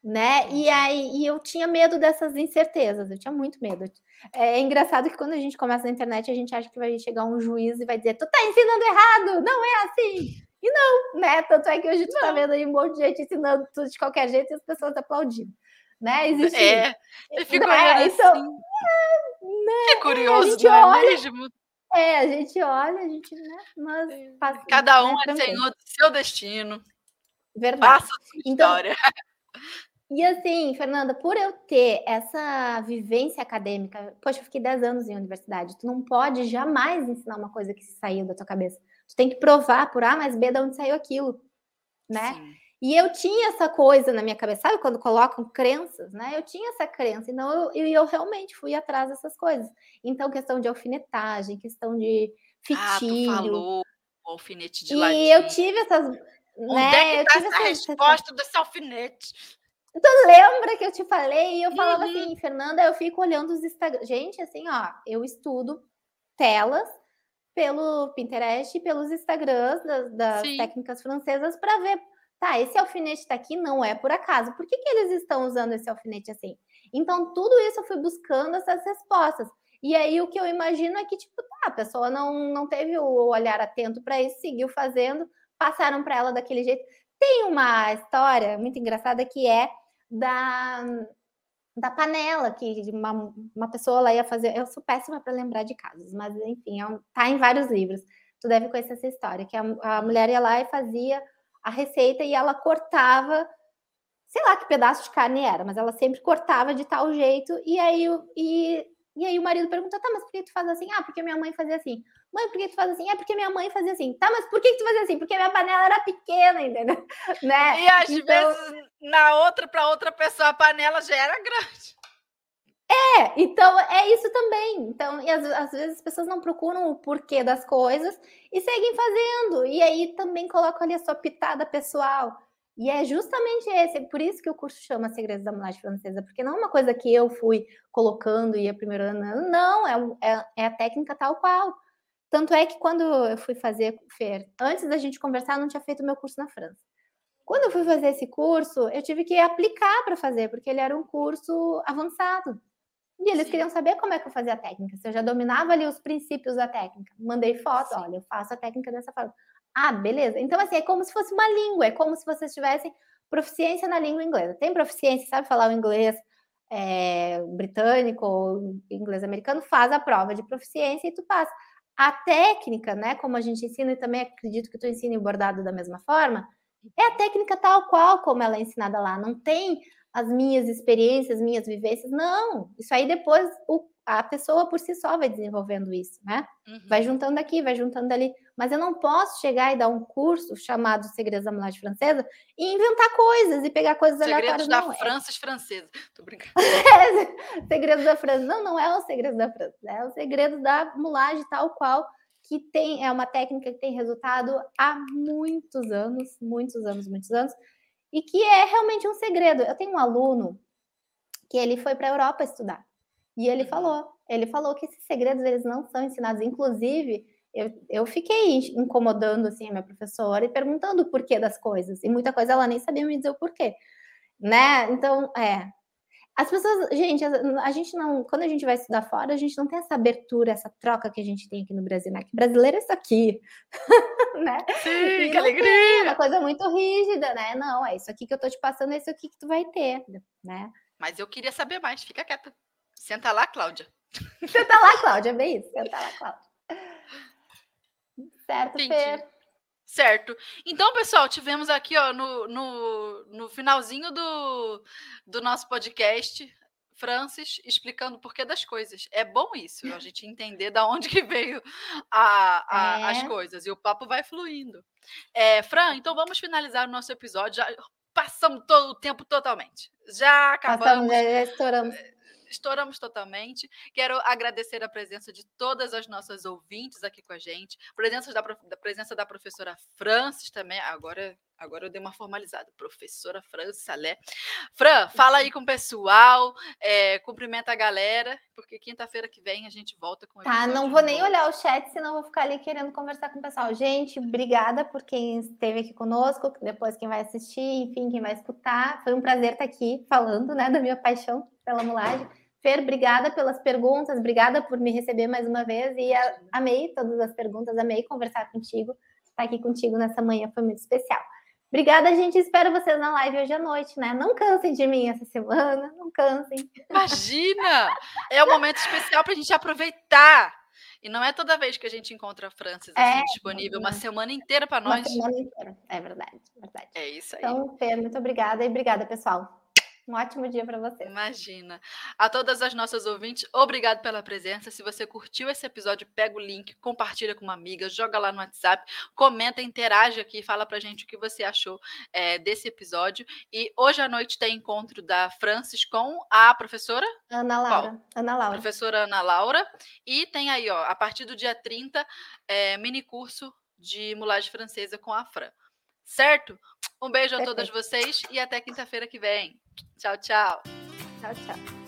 né? E aí eu tinha medo dessas incertezas, eu tinha muito medo. É engraçado que quando a gente começa na internet, a gente acha que vai chegar um juiz e vai dizer, tu tá ensinando errado, não é assim. E não, né? Tanto é que hoje tu tá vendo aí um monte de gente ensinando tudo de qualquer jeito e as pessoas aplaudindo, né? Existe. Eu fico olhando então, assim. Que curioso, não é olha, mesmo? a gente olha, a gente, né? Mas cada um é senhor do seu destino. Verdade. Faça a sua história. E assim, Fernanda, por eu ter essa vivência acadêmica, poxa, eu fiquei 10 anos em universidade, tu não pode jamais ensinar uma coisa que saiu da tua cabeça. Tu tem que provar por A mais B de onde saiu aquilo, né? Sim. E eu tinha essa coisa na minha cabeça, sabe quando colocam crenças, né? Eu tinha essa crença, então eu realmente fui atrás dessas coisas. Então, questão de alfinetagem, questão de fitilho. Tu falou alfinete de e ladinho. E eu tive essas... Onde é que tá essa resposta desse alfinete? Tu lembra que eu te falei? E eu falava assim, Fernanda, eu fico olhando os Instagram. Gente, assim, ó, eu estudo telas pelo Pinterest e pelos Instagrams das técnicas francesas para ver, tá, esse alfinete tá aqui, não é por acaso. Por que eles estão usando esse alfinete assim? Então, tudo isso eu fui buscando essas respostas. E aí, o que eu imagino é que, tipo, tá, a pessoa não teve o olhar atento para isso, seguiu fazendo, passaram para ela daquele jeito. Tem uma história muito engraçada que é da panela, que uma pessoa lá ia fazer... Eu sou péssima para lembrar de casos, mas enfim, tá em vários livros. Tu deve conhecer essa história, que a mulher ia lá e fazia a receita e ela cortava, sei lá que pedaço de carne era, mas ela sempre cortava de tal jeito, e aí o marido perguntou, tá, mas por que tu faz assim? Ah, porque minha mãe fazia assim. Mãe, por que tu faz assim? É porque minha mãe fazia assim. Tá, mas por que tu fazia assim? Porque minha panela era pequena, entendeu? Né? E às vezes, para outra pessoa, a panela já era grande. Então é isso também. Então, e às vezes as pessoas não procuram o porquê das coisas e seguem fazendo. E aí também colocam ali a sua pitada pessoal. E é justamente por isso que o curso chama Segredos da Moulage Francesa, porque não é uma coisa que eu fui colocando e aprimorando, não, é a técnica tal qual. Tanto é que quando eu fui fazer, Fer, antes da gente conversar, eu não tinha feito o meu curso na França. Quando eu fui fazer esse curso, eu tive que aplicar para fazer, porque ele era um curso avançado. E eles queriam saber como é que eu fazia a técnica, se eu já dominava ali os princípios da técnica. Mandei foto, olha, eu faço a técnica dessa forma. Ah, beleza. Então, assim, é como se fosse uma língua, é como se vocês tivessem proficiência na língua inglesa. Tem proficiência, sabe falar o inglês britânico ou inglês americano, faz a prova de proficiência e tu passa. A técnica, né, como a gente ensina, e também acredito que tu ensine o bordado da mesma forma, é a técnica tal qual como ela é ensinada lá. Não tem as minhas experiências, minhas vivências, não. Isso aí depois a pessoa por si só vai desenvolvendo isso, né? Vai juntando aqui, vai juntando ali. Mas eu não posso chegar e dar um curso chamado Segredos da Moulage Francesa e inventar coisas e pegar coisas aleatórias. Segredos da França francesa. Tô brincando. Segredos da França. Não é o Segredos da França. É o Segredos da Moulage tal qual, que é uma técnica que tem resultado há muitos anos, e que é realmente um segredo. Eu tenho um aluno que ele foi para a Europa estudar, e ele falou que esses segredos eles não são ensinados. Inclusive, eu fiquei incomodando assim a minha professora e perguntando o porquê das coisas, e muita coisa ela nem sabia me dizer o porquê, né? Então, as pessoas, gente, a gente não, quando a gente vai estudar fora, a gente não tem essa abertura, essa troca que a gente tem aqui no Brasil, né? Que brasileiro é isso aqui, né? Sim, que alegria! É uma coisa muito rígida, né? Não, é isso aqui que eu tô te passando, é isso aqui que tu vai ter, né? Mas eu queria saber mais, fica quieta. Senta lá, Cláudia. Senta lá, Cláudia, é bem isso, senta lá, Cláudia. Certo, Fer? Certo. Então, pessoal, tivemos aqui ó, no finalzinho do nosso podcast, Francis explicando o porquê das coisas. É bom isso, a gente entender de onde que veio as coisas. E o papo vai fluindo. Fran, então vamos finalizar o nosso episódio. Já passamos todo o tempo totalmente. Já acabamos. Já estouramos. estouramos totalmente. Quero agradecer a presença de todas as nossas ouvintes aqui com a gente, presença da professora Francis também. Agora eu dei uma formalizada. Professora Francis Salé. Fran, fala aí com o pessoal, cumprimenta a galera, porque quinta-feira que vem a gente volta com o Tá, não vou nem olhar o chat, senão vou ficar ali querendo conversar com o pessoal. Gente, obrigada por quem esteve aqui conosco, depois quem vai assistir, enfim, quem vai escutar. Foi um prazer estar aqui falando, né, da minha paixão pela mulagem. Fer, obrigada pelas perguntas, obrigada por me receber mais uma vez e amei todas as perguntas, amei conversar contigo, estar aqui contigo nessa manhã foi muito especial. Obrigada, gente. Espero vocês na live hoje à noite, né? Não cansem de mim essa semana, não cansem. Imagina! É um momento especial para a gente aproveitar. E não é toda vez que a gente encontra a Francis assim, disponível, uma semana inteira para nós. Uma semana inteira, é verdade, verdade. É isso aí. Então, Fer, muito obrigada e obrigada, pessoal. Um ótimo dia para você. Imagina. A todas as nossas ouvintes, obrigado pela presença. Se você curtiu esse episódio, pega o link, compartilha com uma amiga, joga lá no WhatsApp, comenta, interage aqui, fala pra gente o que você achou desse episódio. E hoje à noite tem encontro da Francis com a professora? Ana Laura. Qual? Ana Laura. Professora Ana Laura. E tem aí, ó, a partir do dia 30, mini curso de mulagem francesa com a Fran. Certo? Um beijo a todas vocês e até quinta-feira que vem. Tchau, tchau. Tchau, tchau.